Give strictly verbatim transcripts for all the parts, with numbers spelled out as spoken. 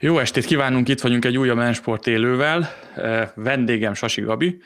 Jó estét kívánunk, itt vagyunk egy újabb N-Sport élővel, vendégem Sasi Gabi,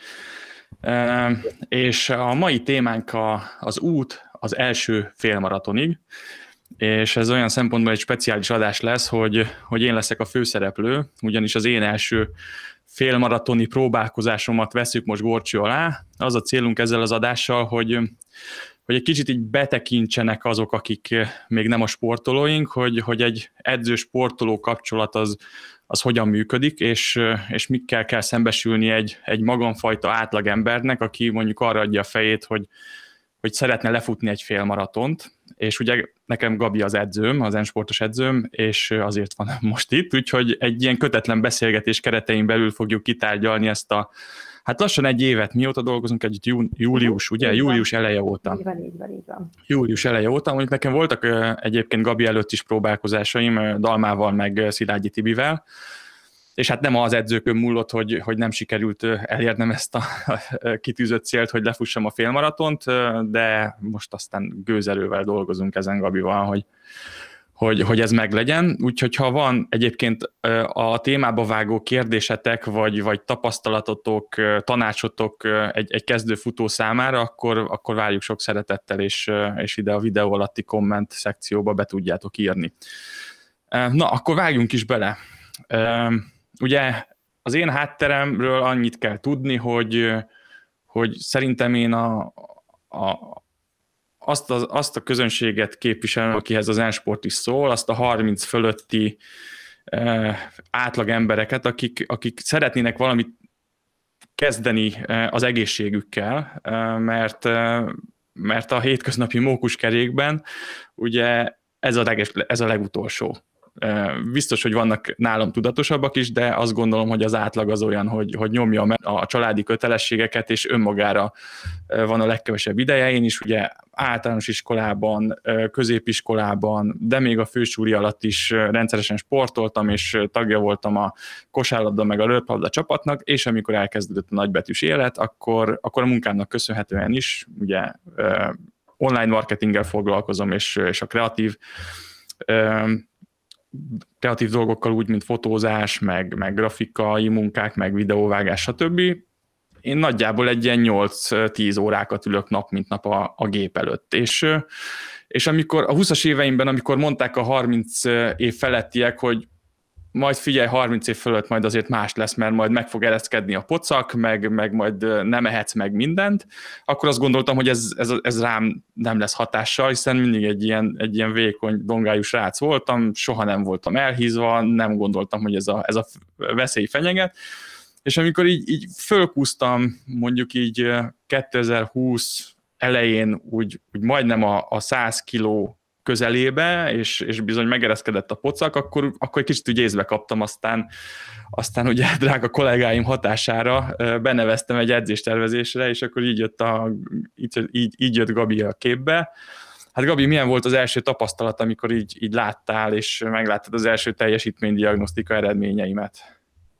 és a mai témánk a, az út az első félmaratonig, és ez olyan szempontból egy speciális adás lesz, hogy, hogy én leszek a főszereplő, ugyanis az én első félmaratoni próbálkozásomat veszük most górcső alá. Az a célunk ezzel az adással, hogy hogy egy kicsit így betekintsenek azok, akik még nem a sportolóink, hogy, hogy egy edző-sportoló kapcsolat az, az hogyan működik, és, és mikkel kell szembesülni egy, egy magamfajta átlagembernek, aki mondjuk arra adja a fejét, hogy, hogy szeretne lefutni egy félmaratont, és ugye nekem Gabi az edzőm, az N-sportos edzőm, és azért van most itt, úgyhogy egy ilyen kötetlen beszélgetés keretein belül fogjuk kitárgyalni ezt a Hát lassan egy évet, mióta dolgozunk együtt, jú, július, ugye? Július eleje óta. Így van, így van, így van. Július eleje óta, mondjuk nekem voltak egyébként Gabi előtt is próbálkozásaim, Dalmával, meg Szilágyi Tibivel, és hát nem az edzőkön múlott, hogy, hogy nem sikerült elérnem ezt a kitűzött célt, hogy lefussam a félmaratont, de most aztán gőzerővel dolgozunk ezen Gabival, hogy Hogy, hogy ez meglegyen, úgyhogy ha van egyébként a témába vágó kérdésetek, vagy, vagy tapasztalatotok, tanácsotok egy, egy kezdőfutó számára, akkor, akkor várjuk sok szeretettel, és, és ide a videó alatti komment szekcióba be tudjátok írni. Na, akkor vágjunk is bele. Ugye az én hátteremről annyit kell tudni, hogy, hogy szerintem én a, a Azt, az, azt a közönséget képviselem, akihez az N-sport is szól, azt a harminc fölötti eh, átlag embereket, akik, akik szeretnének valamit kezdeni eh, az egészségükkel, eh, mert, eh, mert a hétköznapi mókuskerékben ugye ez a, leges, ez a legutolsó. Biztos, hogy vannak nálam tudatosabbak is, de azt gondolom, hogy az átlag az olyan, hogy, hogy nyomja a családi kötelességeket, és önmagára van a legkevesebb ideje. Én is ugye általános iskolában, középiskolában, de még a fősúly alatt is rendszeresen sportoltam, és tagja voltam a kosárlabda meg a röplabda csapatnak, és amikor elkezdődött a nagybetűs élet, akkor, akkor a munkámnak köszönhetően is, ugye online marketinggel foglalkozom, és, és a kreatív kreatív dolgokkal úgy, mint fotózás, meg, meg grafikai munkák, meg videóvágás, stb. Én nagyjából egy ilyen nyolc-tíz órákat ülök nap, mint nap a, a gép előtt. És, és amikor a húszas éveimben, amikor mondták a harminc év felettiek, hogy majd figyelj, harminc év fölött majd azért más lesz, mert majd meg fog ereszkedni a pocak, meg, meg majd nem ehetsz meg mindent, akkor azt gondoltam, hogy ez, ez, ez rám nem lesz hatással, hiszen mindig egy ilyen, egy ilyen vékony, dongájú srác voltam, soha nem voltam elhízva, nem gondoltam, hogy ez a, ez a veszély fenyeget, és amikor így, így fölkúztam mondjuk így kétezer-húsz elején úgy, úgy majdnem a, a száz kiló közelébe, és, és bizony megereszkedett a pocak, akkor, akkor egy kicsit úgy észbe kaptam, aztán, aztán ugye drága kollégáim hatására beneveztem egy edzéstervezésre, és akkor így jött, a, így, így, így jött Gabi a képbe. Hát Gabi, milyen volt az első tapasztalat, amikor így, így láttál, és megláttad az első teljesítménydiagnosztika eredményeimet?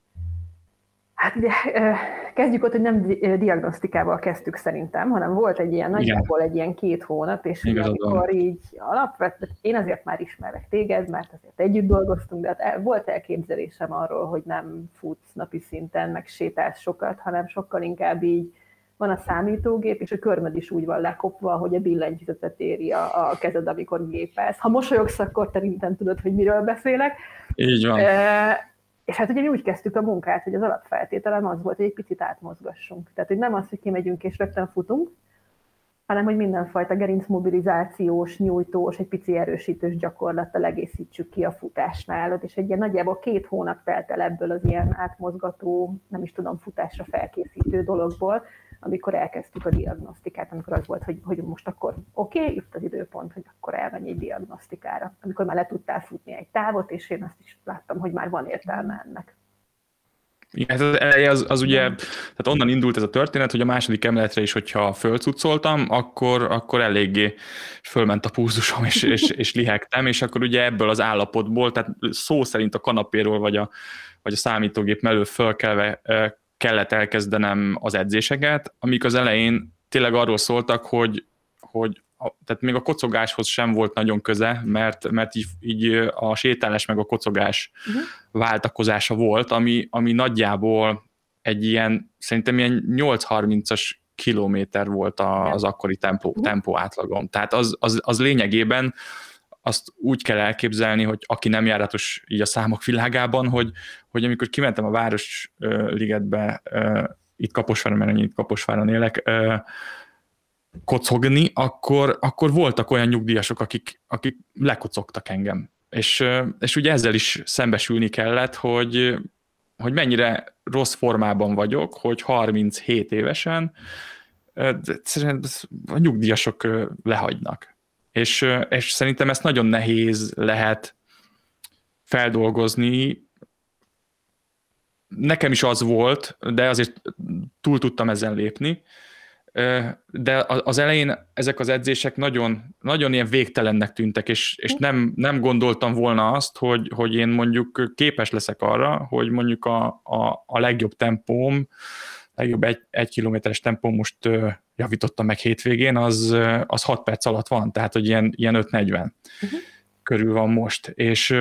Hát ugye kezdjük ott, hogy nem diagnosztikával kezdtük szerintem, hanem volt egy ilyen nagyjából egy ilyen két hónap, és ugye, amikor így alapvetően, én azért már ismerek téged, mert azért együtt dolgoztunk, de hát volt elképzelésem arról, hogy nem futsz napi szinten, meg sétálsz sokat, hanem sokkal inkább így van a számítógép, és a körmöd is úgy van lekopva, hogy a billentyűzetet éri a, a kezed, amikor gépelsz. Ha mosolyogsz, akkor szerintem tudod, hogy miről beszélek. Így van. E- És hát ugye mi úgy kezdtük a munkát, hogy az alapfeltételem az volt, hogy egy picit átmozgassunk. Tehát, hogy nem az, hogy kimegyünk és rögtön futunk, hanem, hogy mindenfajta gerincmobilizációs, nyújtós, egy pici erősítős gyakorlattal egészítsük ki a futásnál. És egy ilyen nagyjából két hónap telt el ebből az ilyen átmozgató, nem is tudom, futásra felkészítő dologból, amikor elkezdtük a diagnosztikát, amikor az volt, hogy, hogy most akkor oké, okay, itt az időpont, hogy akkor elmenj egy diagnosztikára. Amikor már le tudtál futni egy távot, és én azt is láttam, hogy már van értelme ennek. Igen, hát az eleje az, az ugye, tehát onnan indult ez a történet, hogy a második emeletre is, hogyha fölcucoltam, akkor, akkor eléggé fölment a pulzusom, és, és, és lihegtem, és akkor ugye ebből az állapotból, tehát szó szerint a kanapéról, vagy a, vagy a számítógép mellől fölkelve kellett elkezdenem az edzéseket, amik az elején tényleg arról szóltak, hogy, hogy a, tehát még a kocogáshoz sem volt nagyon köze, mert, mert így, így a sétálás meg a kocogás uh-huh. váltakozása volt, ami, ami nagyjából egy ilyen, szerintem ilyen nyolc harmincas kilométer volt az akkori tempó, tempó átlagom. Tehát az, az, az lényegében azt úgy kell elképzelni, hogy aki nem járatos így a számok világában, hogy, hogy amikor kimentem a Városligetbe, itt Kaposváron, mert én itt Kaposváron élek, kocogni, akkor, akkor voltak olyan nyugdíjasok, akik, akik lekocogtak engem. És, és ugye ezzel is szembesülni kellett, hogy, hogy mennyire rossz formában vagyok, hogy harminchét évesen a nyugdíjasok lehagynak. És, és szerintem ezt nagyon nehéz lehet feldolgozni. Nekem is az volt, de azért túl tudtam ezen lépni. De az elején ezek az edzések nagyon, nagyon ilyen végtelennek tűntek, és, és nem, nem gondoltam volna azt, hogy, hogy én mondjuk képes leszek arra, hogy mondjuk a, a, a legjobb tempóm, legjobb egy, egy kilométeres tempóm, most javítottam meg hétvégén, az, az hat perc alatt van, tehát hogy ilyen, ilyen öt negyven uh-huh. körül van most, és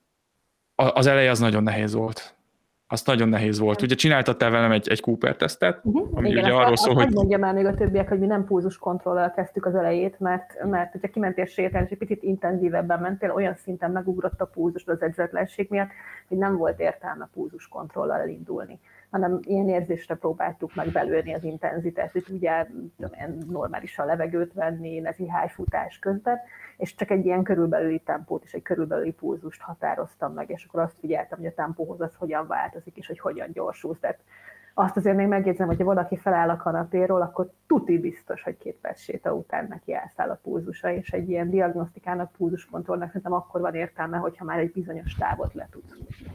az eleje az nagyon nehéz volt. Az nagyon nehéz volt. Ugye csináltattál velem egy, egy Cooper-tesztet, uh-huh. ami igen, ugye arról szól, hogy... mondjam el még a többiek, hogy mi nem pulzuskontrollal kezdtük az elejét, mert, mert hogyha kimentél sétálni, és egy picit intenzívebben mentél, olyan szinten megugrott a pulzus az edzetlenség miatt, hogy nem volt értelme pulzuskontrollal elindulni, hanem ilyen érzésre próbáltuk meg belőni az intenzitást, hogy ugye normálisan levegőt venni, nezihájfutás közben, és csak egy ilyen körülbelüli tempót és egy körülbelüli pulzust határoztam meg, és akkor azt figyeltem, hogy a tempóhoz az hogyan változik, és hogy hogyan gyorsul. Tehát azt azért még megjegyzem, hogy ha valaki feláll a kanapéról, akkor tuti biztos, hogy két perc séta után neki elszáll a pulzusa, és egy ilyen diagnosztikának, pulzuskontrollnak szerintem akkor van értelme, hogyha már egy bizonyos távot le tudsz.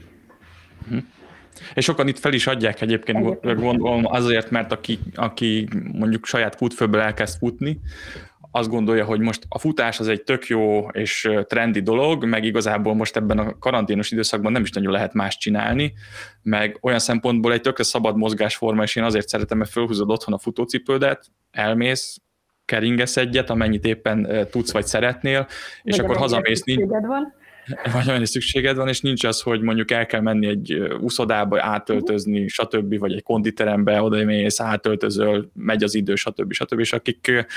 Hm. És sokan itt fel is adják egyébként, egyébként. Gondolom azért, mert aki, aki mondjuk saját futfőből elkezd futni, azt gondolja, hogy most a futás az egy tök jó és trendi dolog, meg igazából most ebben a karanténos időszakban nem is nagyon lehet más csinálni, meg olyan szempontból egy tökre szabad mozgásforma, és én azért szeretem, mert fölhúzod otthon a futócipődet, elmész, keringesz egyet, amennyit éppen tudsz vagy szeretnél, és meg akkor hazamész. Van. Vagy olyan is szükséged van, és nincs az, hogy mondjuk el kell menni egy úszodába, átöltözni, uh-huh. stb., vagy egy konditerembe, odamész, átöltözöl, megy az idő, stb. stb. És akik,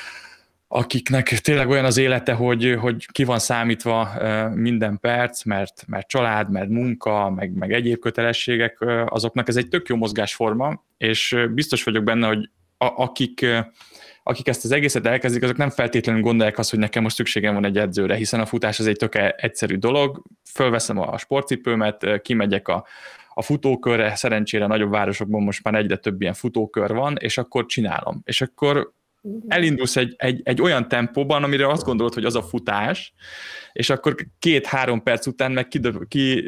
akiknek tényleg olyan az élete, hogy, hogy ki van számítva minden perc, mert, mert család, mert munka, meg, meg egyéb kötelességek, azoknak ez egy tök jó mozgásforma, és biztos vagyok benne, hogy a, akik akik ezt az egészet elkezdik, azok nem feltétlenül gondolják azt, hogy nekem most szükségem van egy edzőre, hiszen a futás az egy tök egyszerű dolog, fölveszem a sportcipőmet, kimegyek a, a futókörre, szerencsére nagyobb városokban most már egyre több ilyen futókör van, és akkor csinálom. És akkor elindulsz egy, egy, egy olyan tempóban, amire azt gondolod, hogy az a futás, és akkor két-három perc után meg kidobod ki,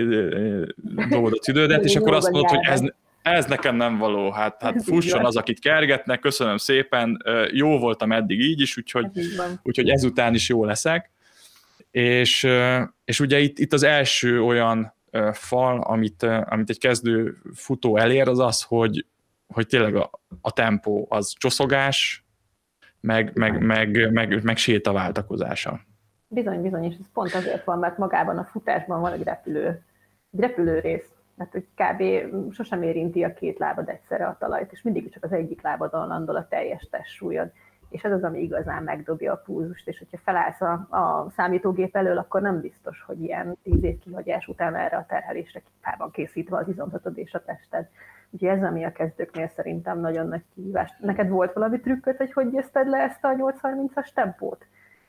a tüdődet, és akkor azt mondod, hogy ez... Ez nekem nem való, hát, hát fusson az, akit kergetnek, köszönöm szépen, jó voltam eddig így is, úgyhogy, úgyhogy ezután is jó leszek. És, és ugye itt, itt az első olyan fal, amit, amit egy kezdő futó elér, az az, hogy, hogy tényleg a, a tempó az csoszogás, meg, meg, meg, meg, meg sétaváltakozása. Bizony, bizony, és ez pont azért van, mert magában a futásban van egy repülő, egy repülő rész. Tehát, hogy kb. Sosem érinti a két lábad egyszerre a talajt, és mindig csak az egyik lábadon landol a teljes testsúlyod. És ez az, ami igazán megdobja a pulzust, és hogyha felállsz a, a számítógép elől, akkor nem biztos, hogy ilyen tíz év kihagyás után erre a terhelésre kifában készítve az izomzatod és a tested. Úgyhogy ez, ami a kezdőknél szerintem nagyon nagy kihívás. Neked volt valami trükköd, hogy hogy győzted le ezt a nyolc harmincas tempót?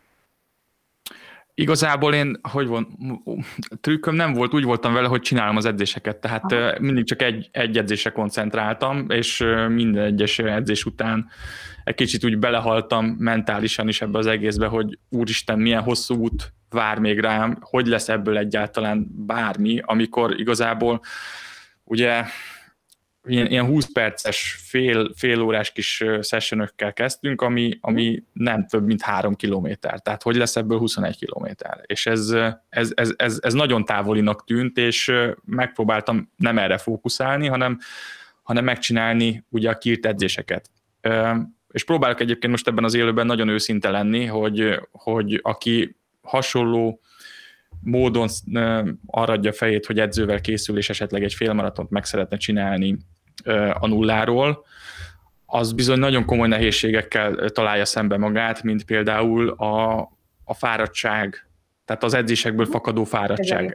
Igazából én, hogy van, trükköm nem volt, úgy voltam vele, hogy csinálom az edzéseket, tehát Aha. mindig csak egy, egy edzésre koncentráltam, és minden egyes edzés után egy kicsit úgy belehaltam mentálisan is ebbe az egészbe, hogy úristen, milyen hosszú út vár még rám, hogy lesz ebből egyáltalán bármi, amikor igazából ugye ilyen, ilyen húsz perces, fél, fél órás kis sessionökkel kezdtünk, ami, ami nem több, mint három kilométer. Tehát hogy lesz ebből huszonegy kilométer. És ez, ez, ez, ez, ez nagyon távolinak tűnt, és megpróbáltam nem erre fókuszálni, hanem, hanem megcsinálni ugye a kiírt edzéseket. és próbálok egyébként most ebben az élőben nagyon őszinte lenni, hogy, hogy aki hasonló módon arra adja fejét, hogy edzővel készül, és esetleg egy félmaratont meg szeretne csinálni a nulláról, az bizony nagyon komoly nehézségekkel találja szembe magát, mint például a, a fáradtság, tehát az edzésekből fakadó fáradtság.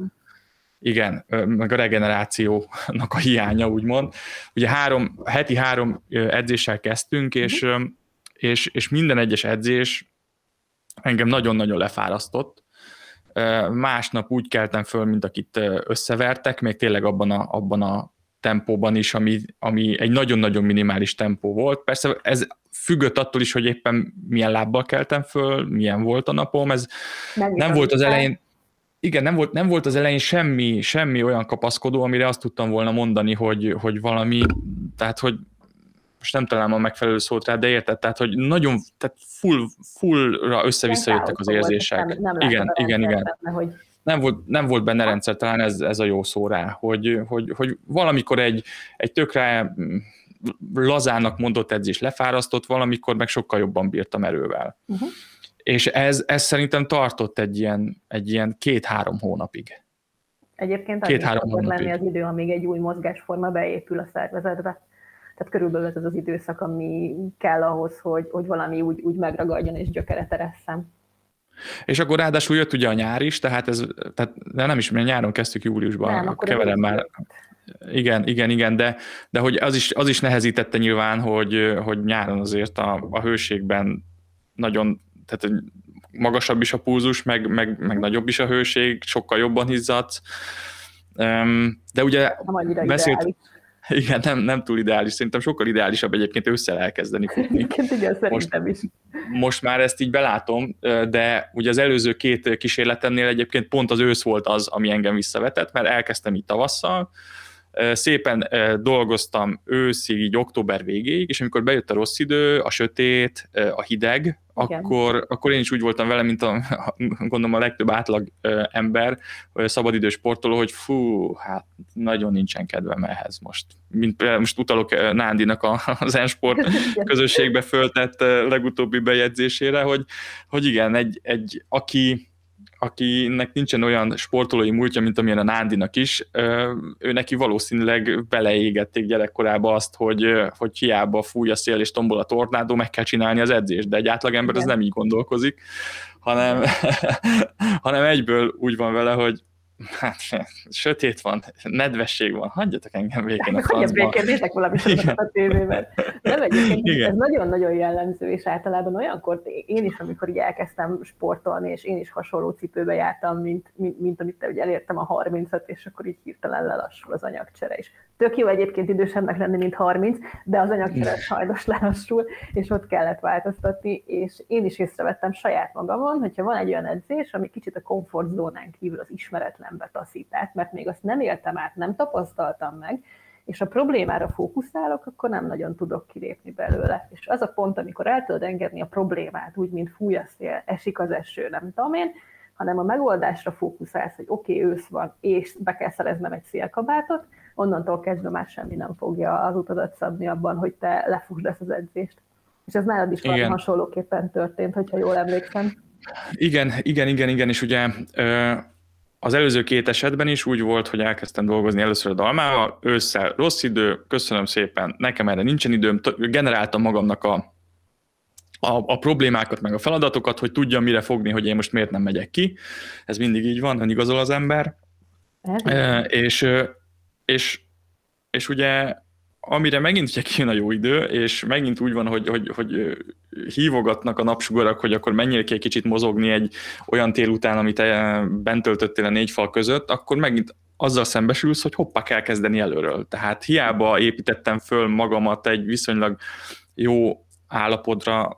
Igen, meg a regenerációnak a hiánya, úgymond. Ugye három, heti három edzéssel kezdtünk, és, és, és minden egyes edzés engem nagyon-nagyon lefárasztott. Másnap úgy keltem föl, mint akit összevertek, még tényleg abban a, abban a tempóban is, ami, ami egy nagyon-nagyon minimális tempó volt. Persze ez függött attól is, hogy éppen milyen lábbal keltem föl, milyen volt a napom. Ez nem, nem volt az elején, igen, nem volt, nem volt az elején semmi, semmi olyan kapaszkodó, amire azt tudtam volna mondani, hogy, hogy valami, tehát hogy most nem találom a megfelelő szót rá, de érted, tehát hogy nagyon, tehát full, fullra össze-vissza jöttek az érzések. Nem, nem igen, igen, igen. Benne, hogy... Nem volt, nem volt benne rendszer, talán ez, ez a jó szó rá, hogy, hogy, hogy valamikor egy, egy tökre lazának mondott edzés lefárasztott, valamikor meg sokkal jobban bírtam erővel. Uh-huh. És ez, ez szerintem tartott egy ilyen, egy ilyen két-három hónapig. Egyébként két, annyi szokott lenni az idő, amíg egy új mozgásforma beépül a szervezetbe. Tehát körülbelül ez az időszak, ami kell ahhoz, hogy, hogy valami úgy, úgy megragadjon és gyökeret eresszen. És akkor ráadásul jött ugye a nyár is, tehát ez, tehát nem is, mert nyáron kezdtük júliusban, nem, keverem már. Igen, igen, igen, de, de hogy az is, az is nehezítette nyilván, hogy, hogy nyáron azért a, a hőségben nagyon, tehát magasabb is a pulzus, meg, meg, meg nagyobb is a hőség, sokkal jobban izzadsz. De ugye beszélt... Igen, nem, nem túl ideális, szerintem sokkal ideálisabb egyébként ősszel elkezdeni futni. Igen, szerintem is. Most már ezt így belátom, de ugye az előző két kísérletemnél egyébként pont az ősz volt az, ami engem visszavetett, mert elkezdtem így tavasszal, szépen dolgoztam őszig, így október végéig, és amikor bejött a rossz idő, a sötét, a hideg, akkor, akkor én is úgy voltam vele, mint a, gondolom a legtöbb átlag ember, szabadidős sportoló, hogy fú, hát nagyon nincsen kedvem ehhez most. Mint, most utalok Nándinak az N-sport közösségbe föltett legutóbbi bejegyzésére, hogy, hogy igen, egy, egy aki akinek nincsen olyan sportolói múltja, mint amilyen a Nándinak is, ő neki valószínűleg beleégették gyerekkorába azt, hogy, hogy hiába fúj a szél és tombol a tornádó, meg kell csinálni az edzést, de egy átlagember az nem így gondolkozik, hanem, hanem egyből úgy van vele, hogy hát sötét van, nedvesség van, hagyjatok engem végén a francba. Hagyjatok békén, nézek valami sokat a tévében. Nem egyébként, ez nagyon-nagyon jellemző, és általában olyankor én is, amikor így elkezdtem sportolni, és én is hasonló cipőbe jártam, mint, mint, mint amit te, ugye elértem a harmincat, és akkor így hirtelen lelassul az anyagcsere is. Tök jó egyébként idősebbnek lenni, mint harminc, de az anyagcsere sajnos lelassul, és ott kellett változtatni, és én is észrevettem saját magamon, hogyha van egy olyan edzés, ami kicsit a komfortzónán kívül az ismeretlenbe taszít át, mert még azt nem éltem át, nem tapasztaltam meg, és a problémára fókuszálok, akkor nem nagyon tudok kilépni belőle. És az a pont, amikor el tudod engedni a problémát, úgy, mint fúj a szél, esik az eső, nem tudom én, hanem a megoldásra fókuszálsz, hogy oké, okay, ősz van, és be kell szereznem egy szélkabátot, onnantól kezdve már semmi nem fogja az utadat szabni abban, hogy te lefussd ezt az edzést. És ez nálad is valami hasonlóképpen történt, hogyha jól emlékszem. Igen, igen, igen, igen, és ugye az előző két esetben is úgy volt, hogy elkezdtem dolgozni először a Dalmával, ősszel rossz idő, köszönöm szépen, nekem erre nincsen időm, generáltam magamnak a, a, a problémákat, meg a feladatokat, hogy tudjam mire fogni, hogy én most miért nem megyek ki. Ez mindig így van, önigazol az ember. E, és, és, és ugye amire megint ugye kijön a jó idő, és megint úgy van, hogy, hogy, hogy hívogatnak a napsugarak, hogy akkor menjél ki egy kicsit mozogni egy olyan tél után, amit bent töltöttél a négy fal között, akkor megint azzal szembesülsz, hogy hoppá, kell kezdeni előről. Tehát hiába építettem föl magamat egy viszonylag jó állapotra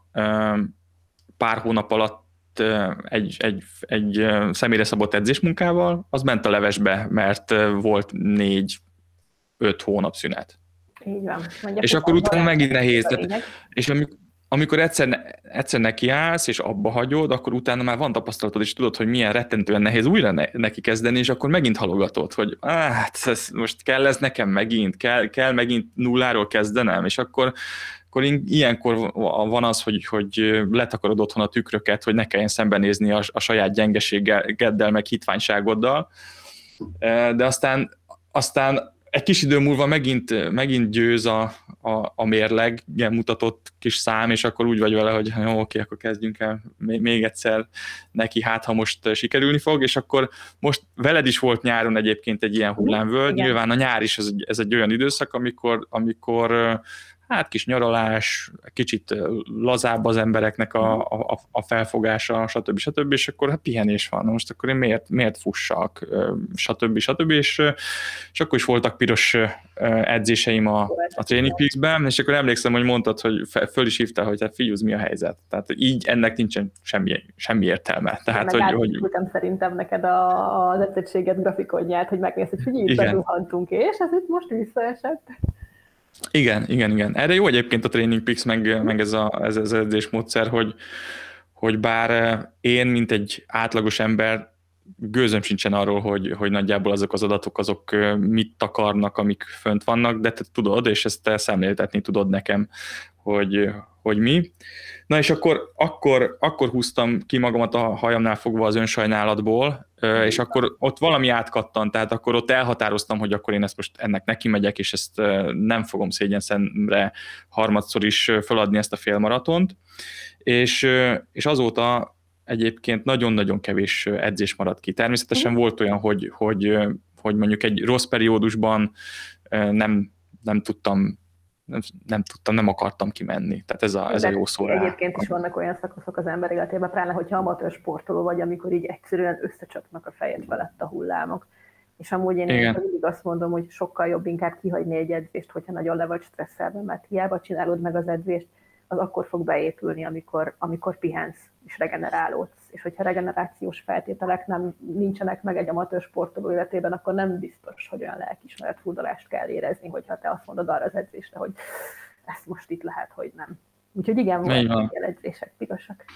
pár hónap alatt egy, egy, egy személyre szabott edzésmunkával, az ment a levesbe, mert volt négy-öt hónap szünet. Így van. És akkor utána megint nehéz. És amikor, amikor egyszer, egyszer nekiállsz, és abba hagyod, akkor utána már van tapasztalatod, és tudod, hogy milyen rettentően nehéz újra ne, neki kezdeni, és akkor megint halogatod, hogy hát ez most kell ez nekem megint, kell, kell megint nulláról kezdenem, és akkor, akkor ilyenkor van az, hogy, hogy letakarod otthon a tükröket, hogy ne kelljen szembenézni a, a saját gyengeségeddel, meg hitványságoddal, de aztán, aztán egy kis idő múlva megint, megint győz a, a, a mérleg, ilyen mutatott kis szám, és akkor úgy vagy vele, hogy jó, oké, akkor kezdjünk el még, még egyszer neki, hát ha most sikerülni fog, és akkor most veled is volt nyáron egyébként egy ilyen hullámvölgy, nyilván a nyár is ez, ez egy olyan időszak, amikor, amikor hát kis nyaralás, kicsit lazább az embereknek a, a, a felfogása, stb. stb. És akkor hát pihenés van. Most akkor én miért, miért fussak, stb. stb. És, és akkor is voltak piros edzéseim a, a Training Peaks-ben, és akkor emlékszem, hogy mondtad, hogy föl is hívtál, hogy hát figyelj, mi a helyzet. Tehát így ennek nincsen semmi, semmi értelme. Tehát, hogy, hogy... szerintem neked a, az edzettséget grafikonját, hogy megnézd, hogy figyelj, itt bezuhantunk, és ez itt most visszaesett. Igen, igen, igen. Erre jó egyébként a Training Peaks, meg, meg ez, a, ez az edzésmódszer, hogy, hogy bár én, mint egy átlagos ember, gőzöm sincsen arról, hogy, hogy nagyjából azok az adatok, azok mit takarnak, amik fönt vannak, de te tudod, és ezt te szemléltetni tudod nekem, hogy, hogy mi. Na és akkor, akkor, akkor húztam ki magamat a hajamnál fogva az önsajnálatból, és akkor ott valami átkattant, tehát akkor ott elhatároztam, hogy akkor én ezt most ennek neki megyek, és ezt nem fogom szégyenszemre harmadszor is feladni ezt a félmaratont, és, és azóta egyébként nagyon-nagyon kevés edzés maradt ki. Természetesen uh-huh. volt olyan, hogy, hogy, hogy mondjuk egy rossz periódusban nem, nem tudtam Nem, nem tudtam, nem akartam kimenni. Tehát ez a, ez a jó szó rá. Egyébként is vannak olyan szakaszok az ember életében, pláne, hogyha amatőr sportoló vagy, amikor így egyszerűen összecsapnak a fejed felett a hullámok. És amúgy én mindig azt mondom, hogy sokkal jobb inkább kihagyni egy edzést, hogyha nagyon le vagy stresszelve, mert hiába csinálod meg az edzést, az akkor fog beépülni, amikor, amikor pihensz és regenerálódsz. És hogyha regenerációs feltételek nem nincsenek meg egy amatőr sportoló életében, akkor nem biztos, hogy olyan lelkiismeret furdalást kell érezni, hogyha te azt mondod arra az edzésre, hogy ezt most itt lehet, hogy nem. Úgyhogy igen, voltak ilyen edzések, pirosak.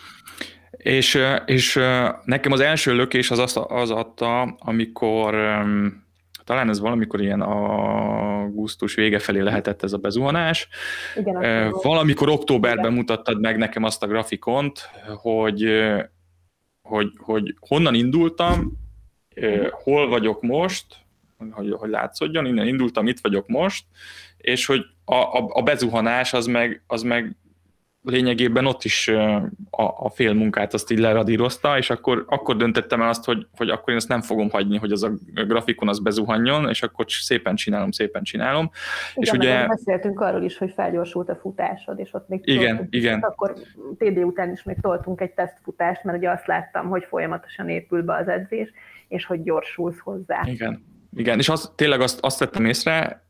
És, és nekem az első lökés az, az adta, amikor talán ez valamikor ilyen augusztus vége felé lehetett ez a bezuhanás. Igen, valamikor októberben igen. mutattad meg nekem azt a grafikont, hogy, hogy, hogy honnan indultam, igen. hol vagyok most, hogy, hogy látszódjon, innen indultam, itt vagyok most, és hogy a, a, a bezuhanás az meg, az meg lényegében ott is a, a fél munkát azt így leradírozta, és akkor, akkor döntöttem el azt, hogy, hogy akkor én ezt nem fogom hagyni, hogy az a grafikon az bezuhanjon, és akkor szépen csinálom, szépen csinálom. Igen, és ugye beszéltünk arról is, hogy felgyorsult a futásod, és ott még igen, toltunk, igen. akkor té dé után is még toltunk egy tesztfutást, mert ugye azt láttam, hogy folyamatosan épül be az edzés, és hogy gyorsulsz hozzá. Igen, igen. És az, tényleg azt, azt vettem észre,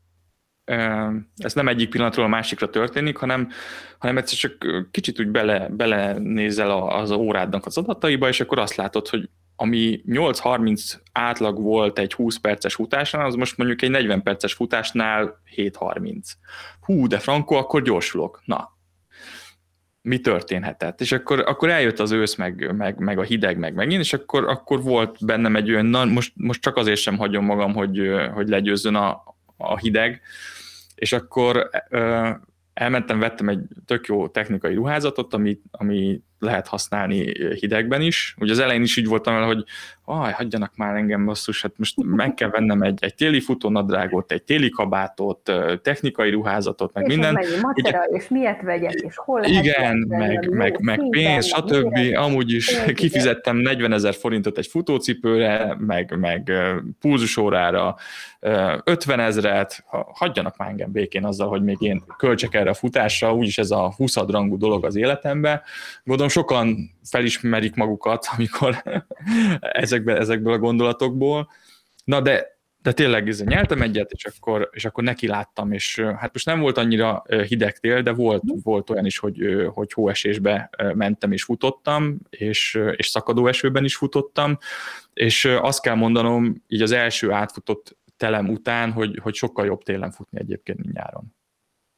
ez nem egyik pillanatról a másikra történik, hanem, hanem egyszer csak kicsit úgy bele, belenézel az órádnak az adataiba, és akkor azt látod, hogy ami nyolc harminc átlag volt egy húsz perces futásnál, az most mondjuk egy negyven perces futásnál hét harminc. Hú, de frankó, akkor gyorsulok. Na, mi történhetett? És akkor, akkor eljött az ősz, meg, meg, meg a hideg, meg megint, és akkor, akkor volt bennem egy olyan, na most, most csak azért sem hagyom magam, hogy, hogy legyőzzön a, a hideg, és akkor ö, elmentem, vettem egy tök jó technikai ruházatot, ami, ami lehet használni hidegben is. Ugye az elején is így voltam vele, hogy aj, hagyjanak már engem basszus, hát most meg kell vennem egy, egy téli futónadrágot, egy téli kabátot, technikai ruházatot, meg és minden. És macera, és miért vegyek, és hol lehet igen, meg, meg, meg pénz, stb. Amúgy is pénz, kifizettem negyvenezer forintot egy futócipőre, meg, meg pulzusórára ötvenezret, hagyjanak már engem békén azzal, hogy még én költsek erre a futásra, úgyis ez a huszadrangú dolog az életemben. Gondolom sokan felismerik magukat, amikor ezekből, ezekből a gondolatokból. Na de, de tényleg ez, nyeltem egyet, és akkor, és akkor neki láttam, és hát most nem volt annyira hideg tél, de volt, volt olyan is, hogy, hogy hóesésbe mentem és futottam, és, és szakadó esőben is futottam, és azt kell mondanom, így az első átfutott telem után, hogy, hogy sokkal jobb télen futni egyébként, mint nyáron.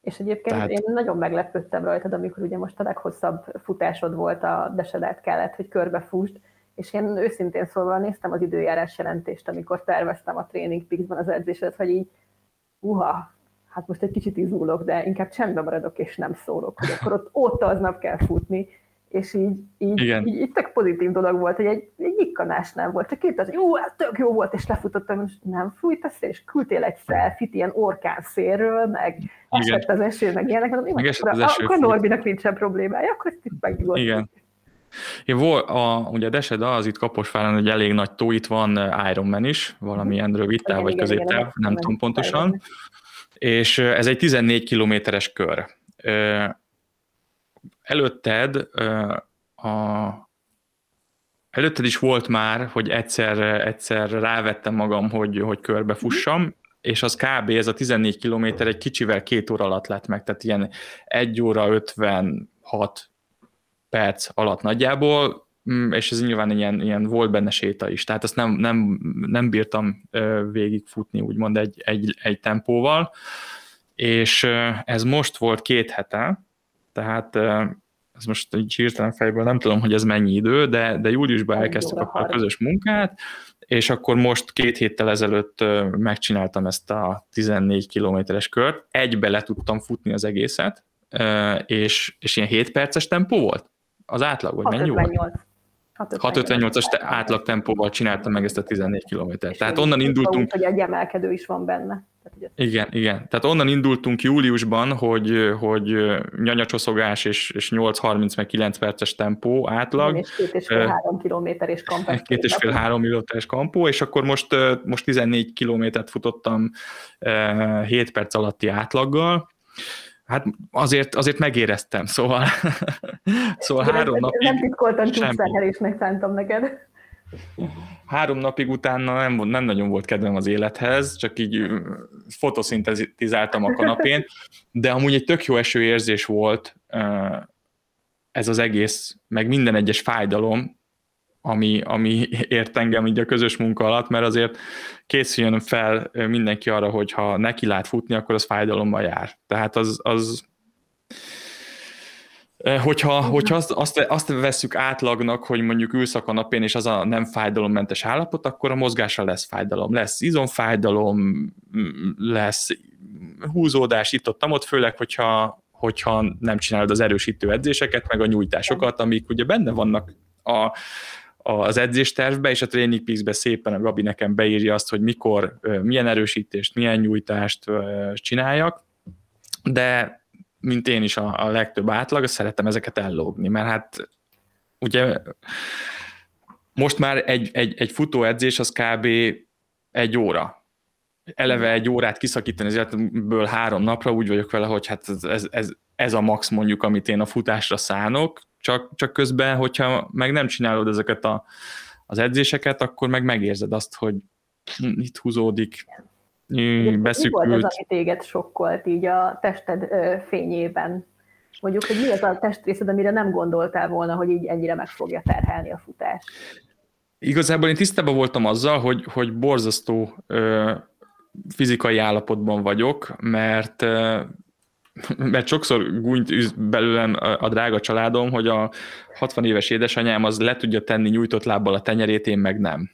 És egyébként Tehát... én nagyon meglepődtem rajtad, amikor ugye most a leghosszabb futásod volt, a Desedát kellett, hogy körbefúsd, és én őszintén szólva néztem az időjárás jelentést, amikor terveztem a Training Peaks-ban az edzéset, hogy így, uha, hát most egy kicsit izgulok, de inkább csendben maradok és nem szólok, hogy akkor ott, ott aznap kell futni, és így, így, így, így tök pozitív dolog volt, hogy egy, egy nyikkanás nem volt, csak két az, jó, hát tök jó volt, és lefutottam, és nem fújt a szél, és küldtél egy selfie-t ilyen orkán szélről, meg igen. esett az eső, meg ilyenek, mondom, meg akkor, akkor Norbinak nincsen problémája, akkor ezt itt megnyugodtunk. Igen. Én vol, a, ugye a Deseda az itt Kaposváron, hogy elég nagy tó, itt van Ironman is, valamilyen rövid táv vagy középtáv, nem tudom pontosan, és ez egy tizennégy kilométeres kör. Előtted, a, előtted is volt már, hogy egyszer, egyszer rávettem magam, hogy, hogy körbefussam, és az kb. Ez a tizennégy kilométer egy kicsivel két óra alatt lett meg, tehát ilyen egy óra ötvenhat perc alatt nagyjából, és ez nyilván ilyen, ilyen volt benne séta is, tehát ezt nem, nem, nem bírtam végigfutni, úgymond egy, egy, egy tempóval, és ez most volt két hete, tehát ez most így hirtelen fejből nem tudom, hogy ez mennyi idő, de, de júliusban elkezdtük a, a közös munkát, és akkor most két héttel ezelőtt megcsináltam ezt a tizennégy kilométeres kört, egybe le tudtam futni az egészet, és, és ilyen hét perces tempó volt az átlag, vagy mennyi volt? hat ötvennyolcas átlag tempóval csináltam meg ezt a tizennégy kilométert. Tehát onnan indultunk... Hogy egy emelkedő is van benne. Igen, igen. Tehát onnan indultunk júliusban, hogy, hogy nyanyacsoszogás és, és nyolc harminc meg kilenc perces tempó átlag. És két és fél három kilométeres kampó. Két és fél három kilométeres kampó, és akkor most, most tizennégy kilométert futottam hét perc alatti átlaggal. Hát azért, azért megéreztem, szóval, szóval három napig... Nem titkoltan csúcsszerhelésnek szántam neked. Három napig utána nem, nem nagyon volt kedvem az élethez, csak így fotoszintetizáltam a kanapén, de amúgy egy tök jó esőérzés volt ez az egész, meg minden egyes fájdalom, ami, ami ért engem így a közös munka alatt, mert azért készüljön fel mindenki arra, hogy ha neki lát futni, akkor az fájdalommal jár. Tehát az, az hogyha, hogyha azt, azt, azt vesszük átlagnak, hogy mondjuk ülsz a kanapén, és az a nem fájdalommentes állapot, akkor a mozgásra lesz fájdalom. Lesz izomfájdalom, lesz húzódás itt-ott, ott, főleg, hogyha, hogyha nem csinálod az erősítő edzéseket, meg a nyújtásokat, amik ugye benne vannak a az edzéstervbe, és a Training Peaks-be szépen a Gabi nekem beírja azt, hogy mikor, milyen erősítést, milyen nyújtást csináljak, de mint én is a, a legtöbb átlag, szeretem ezeket ellógni, mert hát ugye most már egy, egy, egy futóedzés az kb. Egy óra. Eleve egy órát kiszakítani az életből három napra, úgy vagyok vele, hogy hát ez, ez, ez a max mondjuk, amit én a futásra szánok, Csak, csak közben, hogyha meg nem csinálod ezeket a, az edzéseket, akkor meg megérzed azt, hogy itt húzódik, beszűkült. Mi volt az, ami téged sokkolt így a tested fényében? Mondjuk, hogy mi az a testrészed, amire nem gondoltál volna, hogy így ennyire meg fogja terhelni a futás? Igazából én tisztában voltam azzal, hogy, hogy borzasztó ö, fizikai állapotban vagyok, mert mert sokszor gúnyt belőlem a drága családom, hogy a hatvan éves édesanyám az le tudja tenni nyújtott lábbal a tenyerét, én meg nem.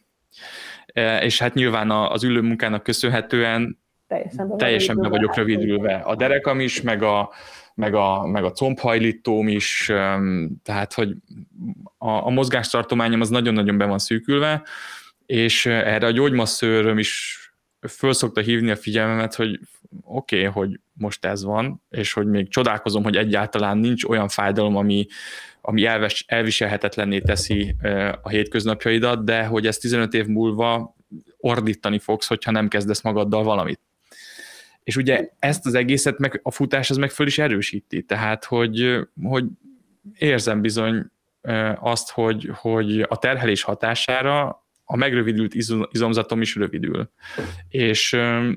És hát nyilván az ülő munkának köszönhetően teljesen, teljesen be vagyok rövidülve. A derekam is, meg a, meg a, meg a combhajlítóm is, tehát hogy a, a mozgástartományom az nagyon-nagyon be van szűkülve, és erre a gyógymasszőröm is föl szokta hívni a figyelmemet, hogy oké, okay, hogy most ez van, és hogy még csodálkozom, hogy egyáltalán nincs olyan fájdalom, ami, ami elves, elviselhetetlenné teszi a hétköznapjaidat, de hogy ezt tizenöt év múlva ordítani fogsz, hogyha nem kezdesz magaddal valamit. És ugye ezt az egészet meg a futás az meg föl is erősíti, tehát hogy, hogy érzem bizony azt, hogy, hogy a terhelés hatására a megrövidült izomzatom is rövidül. És,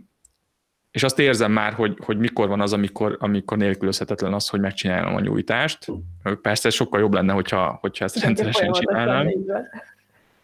és azt érzem már, hogy, hogy mikor van az, amikor, amikor nélkülözhetetlen az, hogy megcsinálom a nyújtást. Persze sokkal jobb lenne, hogyha, hogyha ezt rendszeresen csinálnám.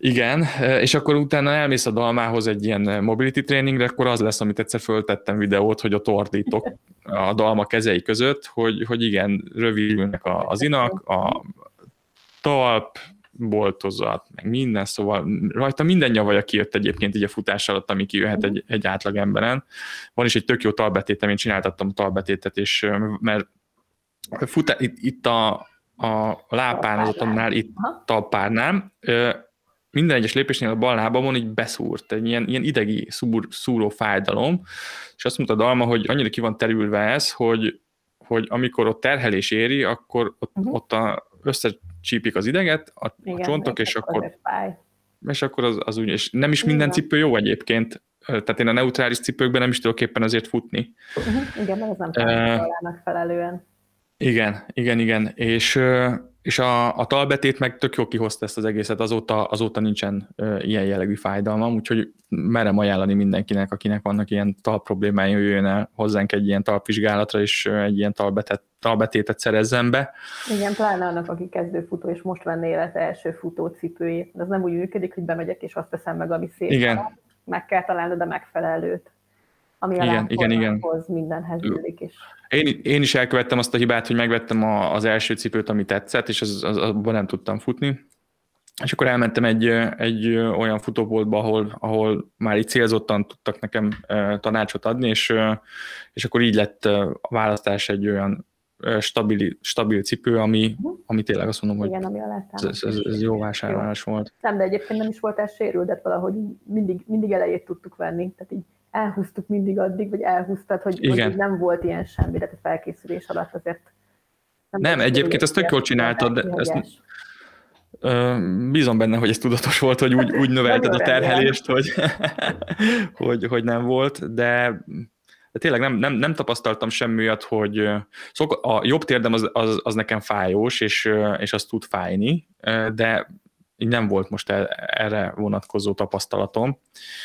Igen, és akkor utána elmész a Dalmához egy ilyen mobility trainingre, akkor az lesz, amit egyszer föltettem videót, hogy ott ordítok a Dalma kezei között, hogy, hogy igen, rövidülnek az inak, a talp, boltozat, meg minden, szóval rajta minden nyavaja kijött egyébként így a futás alatt, ami kijöhet egy, egy átlag emberen. Van is egy tök jó talpbetétem, én csináltattam a talpbetétet, és mert futá, itt, itt a, a lábpárnázatomnál, itt talppárnám, minden egyes lépésnél a bal lábamon így beszúrt, egy ilyen, ilyen idegi szúr, szúró fájdalom, és azt mondta Dalma, hogy annyira ki van terülve ez, hogy, hogy amikor ott terhelés éri, akkor ott, uh-huh. ott a, összecsípik az ideget, a, igen, a csontok, és akkor, és akkor az, az úgy, és nem is minden igen. cipő jó egyébként, tehát én a neutrális cipőkben nem is tudok éppen azért futni. Uh-huh. Igen, ez nem talán uh, megfelelően. Igen, igen, igen, és, és a, a talbetét meg tök jól kihozta ezt az egészet, azóta, azóta nincsen uh, ilyen jellegű fájdalmam, úgyhogy merem ajánlani mindenkinek, akinek vannak ilyen talp problémái, jöjjön el hozzánk egy ilyen talpvizsgálatra, és egy ilyen talbetet, talbetétet szerezzen be. Igen, pláne annak, aki kezdőfutó, és most venné élet első futócipőjét. Ez nem úgy működik, hogy bemegyek, és azt teszem meg, ami szép. Igen. Meg kell találnod a megfelelőt, ami a igen, igen, igen. mindenhez illik is. Én, én is elkövettem azt a hibát, hogy megvettem a, az első cipőt, ami tetszett, és az, az, abban nem tudtam futni. És akkor elmentem egy, egy olyan futóboltba, ahol, ahol már így célzottan tudtak nekem tanácsot adni, és, és akkor így lett a választás egy olyan stabil, stabil cipő, ami, ami tényleg azt mondom, hogy igen, ami ez, ez, ez jó vásárlás jó. volt. Nem, de egyébként nem is voltál sérült, de valahogy mindig, mindig elejét tudtuk venni, tehát így elhúztuk mindig addig, vagy elhúztad, hogy, hogy nem volt ilyen semmi, de a felkészülés alatt azért... Nem, nem egyébként ezt tök jól csináltad, de ezt, ö, bízom benne, hogy ez tudatos volt, hogy úgy, úgy növelted a terhelést, hogy, hogy, hogy nem volt, de, de tényleg nem, nem, nem tapasztaltam semmi olyat, hogy szóval a jobb térdem az, az, az nekem fájós, és, és az tud fájni, de így nem volt most erre vonatkozó tapasztalatom.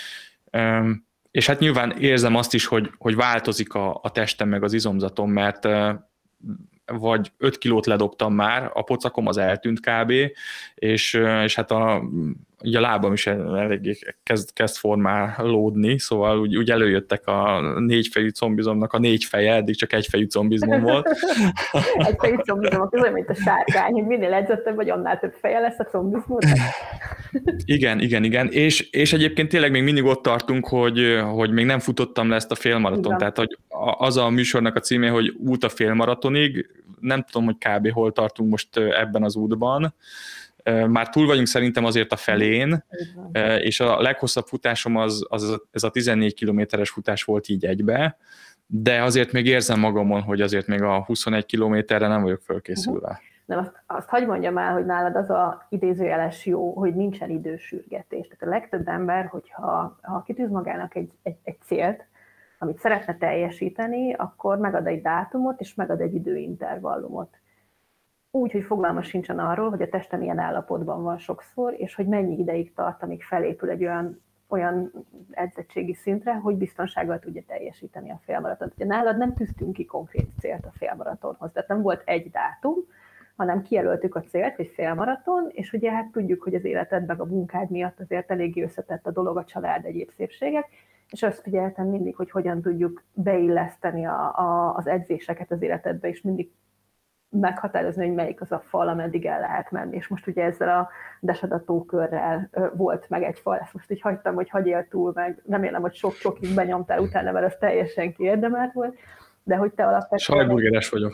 És hát nyilván érzem azt is, hogy, hogy változik a, a testem meg az izomzatom, mert uh, vagy öt kilót ledobtam már, a pocakom az eltűnt kb., és, uh, és hát a, a lábam is eléggé kezd, kezd formálódni, szóval úgy, úgy előjöttek a négyfejű combizomnak a négy feje, eddig csak egyfejű combizmom volt. Egyfejű combizom, az olyan, mint a sárkány, hogy minél edzettebb, vagy annál több feje lesz a combizmod. Igen, igen, igen, és, és egyébként tényleg még mindig ott tartunk, hogy, hogy még nem futottam le ezt a félmaraton, igen. Tehát hogy az a műsornak a címe, hogy út a félmaratonig, nem tudom, hogy kb. Hol tartunk most ebben az útban, már túl vagyunk szerintem azért a felén, igen. És a leghosszabb futásom az, az ez a tizennégy kilométeres futás volt így egybe, de azért még érzem magamon, hogy azért még a huszonegy kilométerre nem vagyok fölkészülve. Uh-huh. Nem, azt, azt hadd mondjam el, hogy nálad az a idézőjeles jó, hogy nincsen idősürgetés. Tehát a legtöbb ember, hogyha ha kitűz magának egy, egy, egy célt, amit szeretne teljesíteni, akkor megad egy dátumot, és megad egy időintervallumot. Úgy, hogy fogalma sincsen arról, hogy a teste milyen állapotban van sokszor, és hogy mennyi ideig tart, amíg felépül egy olyan, olyan edzettségi szintre, hogy biztonsággal tudja teljesíteni a félmaratont. Ugye nálad nem tűztünk ki konkrét célt a félmaratonhoz, tehát nem volt egy dátum, hanem kijelöltük a célt, hogy félmaraton, és ugye hát tudjuk, hogy az életed meg a munkád miatt azért eléggé összetett a dolog, a család, egyéb szépségek, és azt figyeltem mindig, hogy hogyan tudjuk beilleszteni a, a, az edzéseket az életedbe, és mindig meghatározni, hogy melyik az a fal, ameddig el lehet menni. És most ugye ezzel a desadatókörrel volt meg egy fal, ezt most így hagytam, hogy hagyjél túl, meg remélem, hogy sok csokig benyomtál utána, mert az teljesen kiérdemelt volt, de hogy te alapvetően... Sajtburgeres vagyok.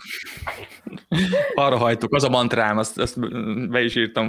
Arra hajtuk, az a mantrám, azt, azt be is írtam.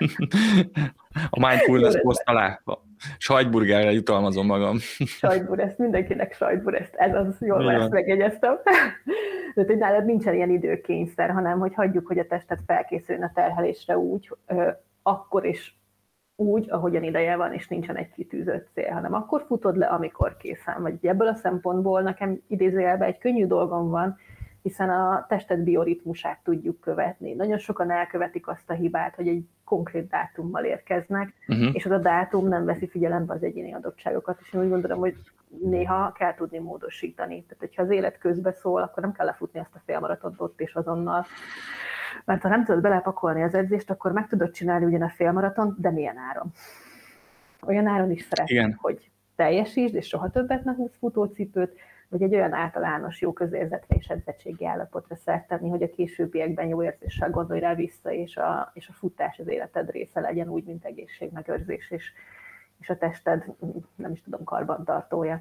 A mindfulness poszt alá. Sajtburgerre jutalmazom magam. Sajtbur, ezt mindenkinek sajtbur, ezt ez az, jól van, ezt megjegyeztem. De hogy nálad nincsen ilyen időkényszer, hanem hogy hagyjuk, hogy a tested felkészüljön a terhelésre úgy, ö, akkor is úgy, ahogyan ideje van, és nincsen egy kitűzött cél, hanem akkor futod le, amikor készen vagy. Ebből a szempontból nekem idézőjelben egy könnyű dolgom van, hiszen a tested bioritmusát tudjuk követni. Nagyon sokan elkövetik azt a hibát, hogy egy konkrét dátummal érkeznek, uh-huh. és az a dátum nem veszi figyelembe az egyéni adottságokat, és én úgy gondolom, hogy néha kell tudni módosítani. Tehát, hogyha az élet közbe szól, akkor nem kell lefutni azt a félmaratont ott és azonnal. Mert ha nem tudod belepakolni az edzést, akkor meg tudod csinálni ugyan a félmaratont, de milyen áron? Olyan áron is szeretnék, hogy teljesítsd, és soha többet ne húzz futócipőt, vagy egy olyan általános jó közérzetre és edzettségi állapotra szert tenni, hogy a későbbiekben jó érzéssel gondolj rá vissza, és a, és a futás az életed része legyen, úgy, mint egészségmegőrzés, és, és a tested, nem is tudom, karbantartója.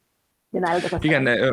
Igen, de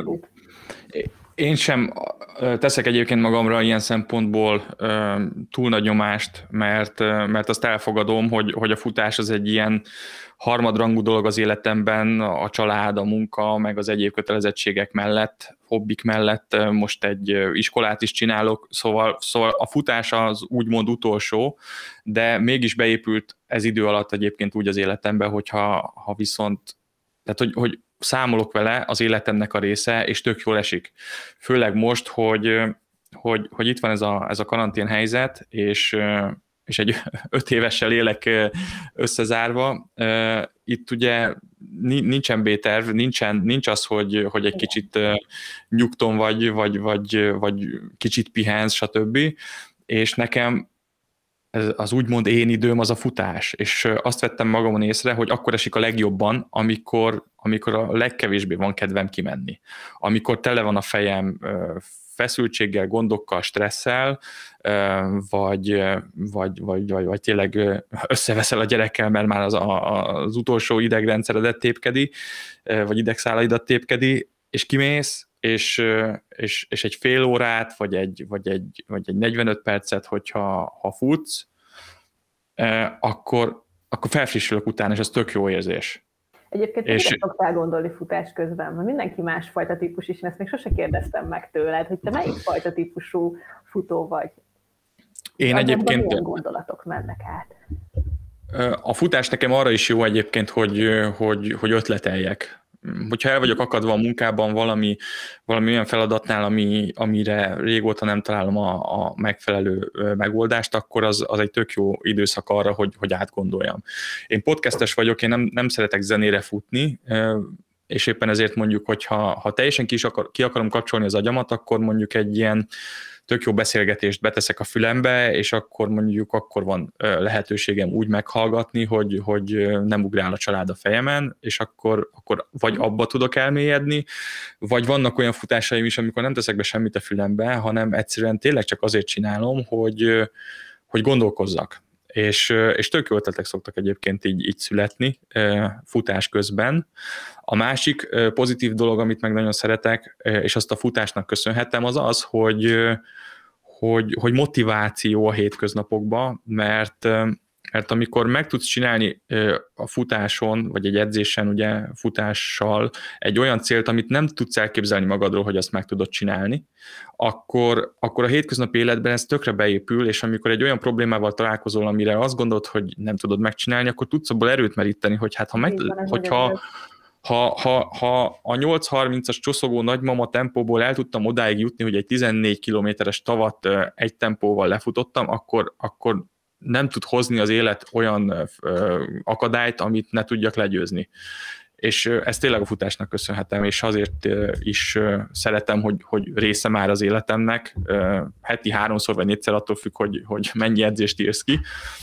én sem teszek egyébként magamra ilyen szempontból túl nagy nyomást, mert, mert azt elfogadom, hogy, hogy a futás az egy ilyen harmadrangú dolog az életemben, a család, a munka, meg az egyéb kötelezettségek mellett, hobbik mellett most egy iskolát is csinálok, szóval, szóval a futás az úgymond utolsó, de mégis beépült ez idő alatt egyébként úgy az életembe, hogyha ha viszont, tehát hogy, hogy számolok vele, az életemnek a része, és tök jól esik. Főleg most, hogy, hogy, hogy itt van ez a, ez a karantén helyzet, és, és egy öt évessel élek összezárva. Itt ugye nincsen B-terv, nincsen, nincs az, hogy, hogy egy kicsit nyugton vagy, vagy, vagy, vagy kicsit pihensz, stb. És nekem az úgymond én időm az a futás, és azt vettem magamon észre, hogy akkor esik a legjobban, amikor, amikor a legkevésbé van kedvem kimenni. Amikor tele van a fejem feszültséggel, gondokkal, stresszel, vagy, vagy, vagy, vagy, vagy tényleg összeveszel a gyerekkel, mert már az, a, az utolsó idegrendszeredet tépkedi, vagy idegszálaidat tépkedi, és kimész, és, és, és egy fél órát, vagy egy, vagy egy, vagy egy negyvenöt percet, hogyha ha futsz, akkor, akkor felfrissülök utána, és ez tök jó érzés. Egyébként és... mire szoktál gondolni futás közben? Mert mindenki másfajta típus is, én ezt még sose kérdeztem meg tőled, hogy te melyik fajta típusú futó vagy? Én az egyébként... Milyen gondolatok mennek át? A futás nekem arra is jó egyébként, hogy, hogy, hogy ötleteljek. Hogyha el vagyok akadva a munkában valami, valami olyan feladatnál, ami, amire régóta nem találom a, a megfelelő megoldást, akkor az, az egy tök jó időszak arra, hogy, hogy átgondoljam. Én podcastes vagyok, én nem, nem szeretek zenére futni, és éppen ezért mondjuk, hogy ha, ha teljesen ki, is akar, ki akarom kapcsolni az agyamat, akkor mondjuk egy ilyen tök jó beszélgetést beteszek a fülembe, és akkor mondjuk akkor van lehetőségem úgy meghallgatni, hogy, hogy nem ugrál a család a fejemen, és akkor, akkor vagy abba tudok elmélyedni, vagy vannak olyan futásaim is, amikor nem teszek be semmit a fülembe, hanem egyszerűen tényleg csak azért csinálom, hogy, hogy gondolkozzak. És, és tök jó ötletek szoktak egyébként így, így születni futás közben. A másik pozitív dolog, amit meg nagyon szeretek, és azt a futásnak köszönhetem, az az, hogy, hogy, hogy motiváció a hétköznapokban, mert, mert amikor meg tudsz csinálni a futáson, vagy egy edzésen, ugye futással egy olyan célt, amit nem tudsz elképzelni magadról, hogy azt meg tudod csinálni, akkor, akkor a hétköznapi életben ez tökre beépül, és amikor egy olyan problémával találkozol, amire azt gondolod, hogy nem tudod megcsinálni, akkor tudsz abból erőt meríteni, hogy hát ha, meg, hogyha, ha, ha, ha a nyolc harmincas csoszogó nagymama tempóból el tudtam odáig jutni, hogy egy tizennégy kilométeres tavat egy tempóval lefutottam, akkor, akkor nem tud hozni az élet olyan akadályt, amit ne tudjak legyőzni. És ezt tényleg a futásnak köszönhetem, és azért is szeretem, hogy, hogy része már az életemnek, heti háromszor vagy négyszer, attól függ, hogy, hogy mennyi edzést írsz ki,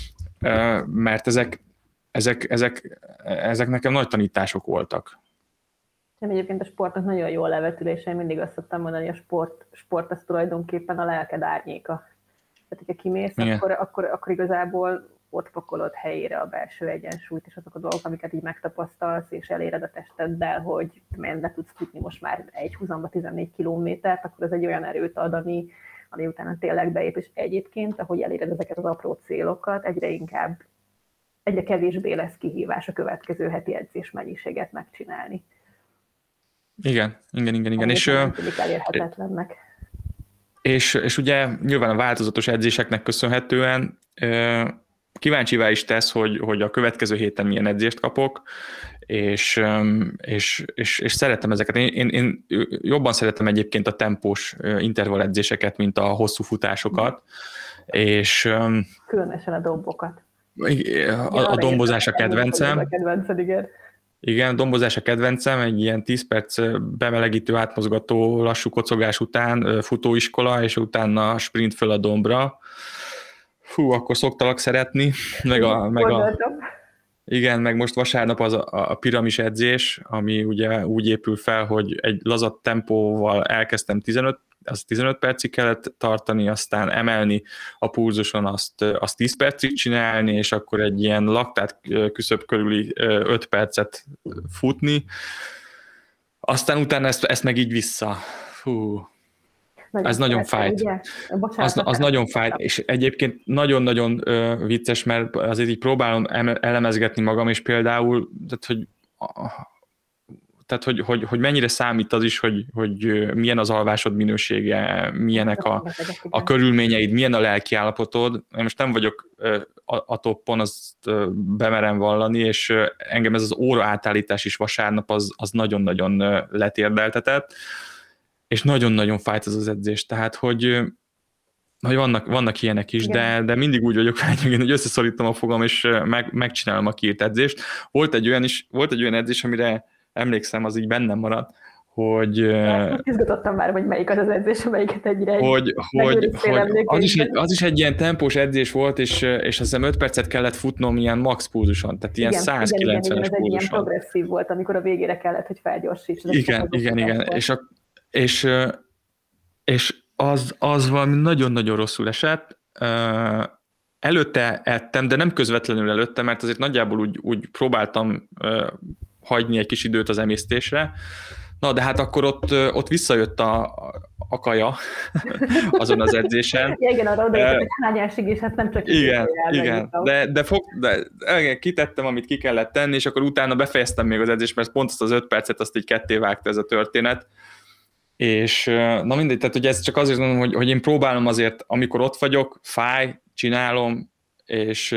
mert ezek, ezek, ezek, ezek nekem nagy tanítások voltak. Én egyébként a sportnak nagyon jó a levetülése, én mindig azt szoktam mondani, hogy a sport, sport az tulajdonképpen a lelked árnyéka. Tehát, hogyha kimész, akkor, akkor, akkor igazából ott pakolod helyére a belső egyensúlyt, és azok a dolgok, amiket így megtapasztalsz, és eléred a testeddel, hogy le tudsz futni most már egy húzamba tizennégy kilométert, akkor ez egy olyan erőt ad, ami, ami utána tényleg beép, és egyébként, ahogy eléred ezeket az apró célokat, egyre inkább, egyre kevésbé lesz kihívás a következő heti edzés mennyiséget megcsinálni. Igen, igen, igen, igen. És, elérhetetlennek. És, és ugye nyilván a változatos edzéseknek köszönhetően kíváncsivá is tesz, hogy, hogy a következő héten milyen edzést kapok, és, és, és, és szeretem ezeket. Én, én, én jobban szeretem egyébként a tempós intervall edzéseket, mint a hosszú futásokat. És, különösen a dombokat. A, a dombozás a kedvencem. A kedvenced, igen. Igen, dombozás a kedvencem, egy ilyen tíz perc bemelegítő, átmozgató, lassú kocogás után futóiskola, és utána sprint föl a dombra. Fú, akkor szoktalak szeretni, meg a, meg a igen, meg most vasárnap az a, a piramis edzés, ami ugye úgy épül fel, hogy egy lazad tempóval elkezdtem tizenöt, az tizenöt percig kellett tartani, aztán emelni a pulzuson, azt, azt tíz percig csinálni, és akkor egy ilyen laktát küszöb körüli öt percet futni, aztán utána ezt, ezt meg így vissza. Fú, nagyon ez nagyon fájt. Az, az nagyon fájt, és egyébként nagyon-nagyon uh, vicces, mert azért így próbálom elemezgetni magam, és például, tehát, hogy, tehát, hogy, hogy, hogy mennyire számít az is, hogy, hogy milyen az alvásod minősége, milyenek a, a körülményeid, milyen a lelkiállapotod. Én most nem vagyok a, a toppon, azt bemerem vallani, és engem ez az óra átállítás is vasárnap az, az nagyon-nagyon letérdeltetett, és nagyon-nagyon fájt ez az edzés, tehát hogy, hogy vannak, vannak ilyenek is, de, de mindig úgy vagyok, hogy összeszorítom a fogam, és meg, megcsinálom a kiírt edzést. Volt egy olyan is, volt egy olyan edzés, amire emlékszem, az így bennem maradt, hogy... Izgatottam már, hogy melyik az az edzés, amelyiket egyre hogy, hogy, hogy az, is egy, az is egy ilyen tempós edzés volt, és, és azt hiszem öt percet kellett futnom ilyen max pulzuson, tehát ilyen igen, száz kilencvenes igen, igen, pulzuson. Ez egy ilyen progresszív volt, amikor a végére kellett, hogy felgyorsíts. Igen, igen, igen, és, a, és, és az, az valami nagyon-nagyon rosszul esett. Előtte ettem, de nem közvetlenül előtte, mert azért nagyjából úgy, úgy próbáltam hagyni egy kis időt az emésztésre. Na, de hát akkor ott, ott visszajött a, a kaja azon az edzésen. Ja, igen, arra odajutott egy hányásig, és hát nem csak... Igen, igen, de, de, fog, de igen, kitettem, amit ki kellett tenni, és akkor utána befejeztem még az edzést, mert pont azt az öt percet azt így ketté vágta ez a történet. És na mindegy, tehát hogy ez csak azért mondom, hogy, hogy én próbálom azért, amikor ott vagyok, fáj, csinálom, és,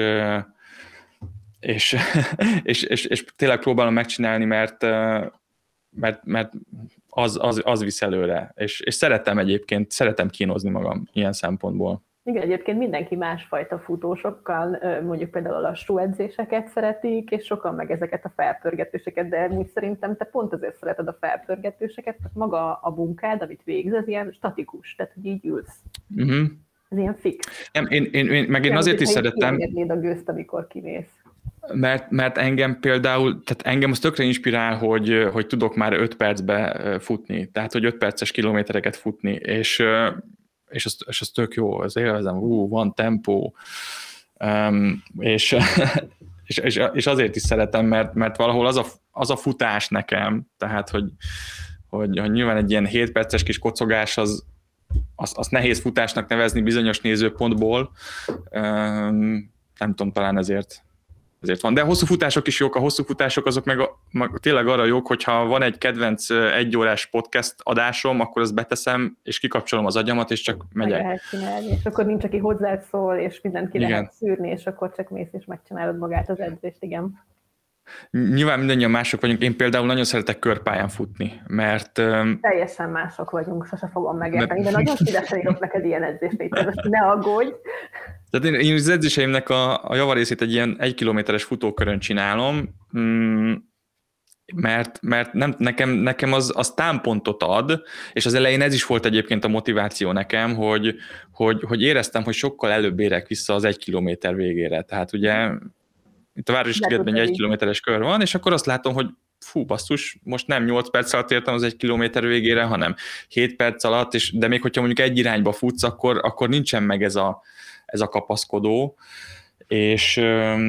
és, és, és, és tényleg próbálom megcsinálni, mert, mert, mert az, az, az visz előre. És, és szeretem egyébként, szeretem kínozni magam ilyen szempontból. Igen, egyébként mindenki másfajta futó, sokkal mondjuk például a lassú edzéseket szeretik, és sokan meg ezeket a felpörgetőseket, de úgy szerintem te pont azért szereted a felpörgetőseket, mert maga a munkád, amit végz, az ilyen statikus, tehát hogy így ülsz. Uh-huh. Ez ilyen fix. Nem, én, én, én, meg én ilyen, azért is szeretem. Kiengednéd a gőzt, amikor kimész. Mert, mert engem például, tehát engem az tökre inspirál, hogy, hogy tudok már öt percbe futni, tehát hogy öt perces kilométereket futni, és és az, és az tök jó, az élvezem, ú, van tempó, um, és, és, és, és azért is szeretem, mert, mert valahol az a, az a futás nekem, tehát, hogy, hogy, hogy nyilván egy ilyen hét perces kis kocogás, az, az, az nehéz futásnak nevezni bizonyos nézőpontból, um, nem tudom, talán ezért, ezért van. De a hosszú futások is jók, a hosszú futások azok meg, a, meg tényleg arra jók, hogyha van egy kedvenc egyórás podcast adásom, akkor azt beteszem, és kikapcsolom az agyamat, és csak megyek. Meg lehet csinálni, és akkor nincs, aki hozzád szól, és mindent ki lehet szűrni, és akkor csak mész, és megcsinálod magát az edzést, igen. Nyilván mindannyian mások vagyunk, én például nagyon szeretek körpályán futni, mert... Teljesen mások vagyunk, sose fogom megérteni, de nagyon szívesen írok neked ilyen edzést, ne aggódj. Tehát én, én az edzéseimnek a, a javarészét egy ilyen egy kilométeres futókörön csinálom, mert, mert nem, nekem, nekem az, az támpontot ad, és az elején ez is volt egyébként a motiváció nekem, hogy, hogy, hogy éreztem, hogy sokkal előbb érek vissza az egy kilométer végére. Tehát ugye itt a Városligetben egy egy kilométeres kör van, és akkor azt látom, hogy fú, basszus, most nem nyolc perc alatt értem az egy kilométer végére, hanem hét perc alatt, és, de még hogyha mondjuk egy irányba futsz, akkor, akkor nincsen meg ez a, ez a kapaszkodó, és,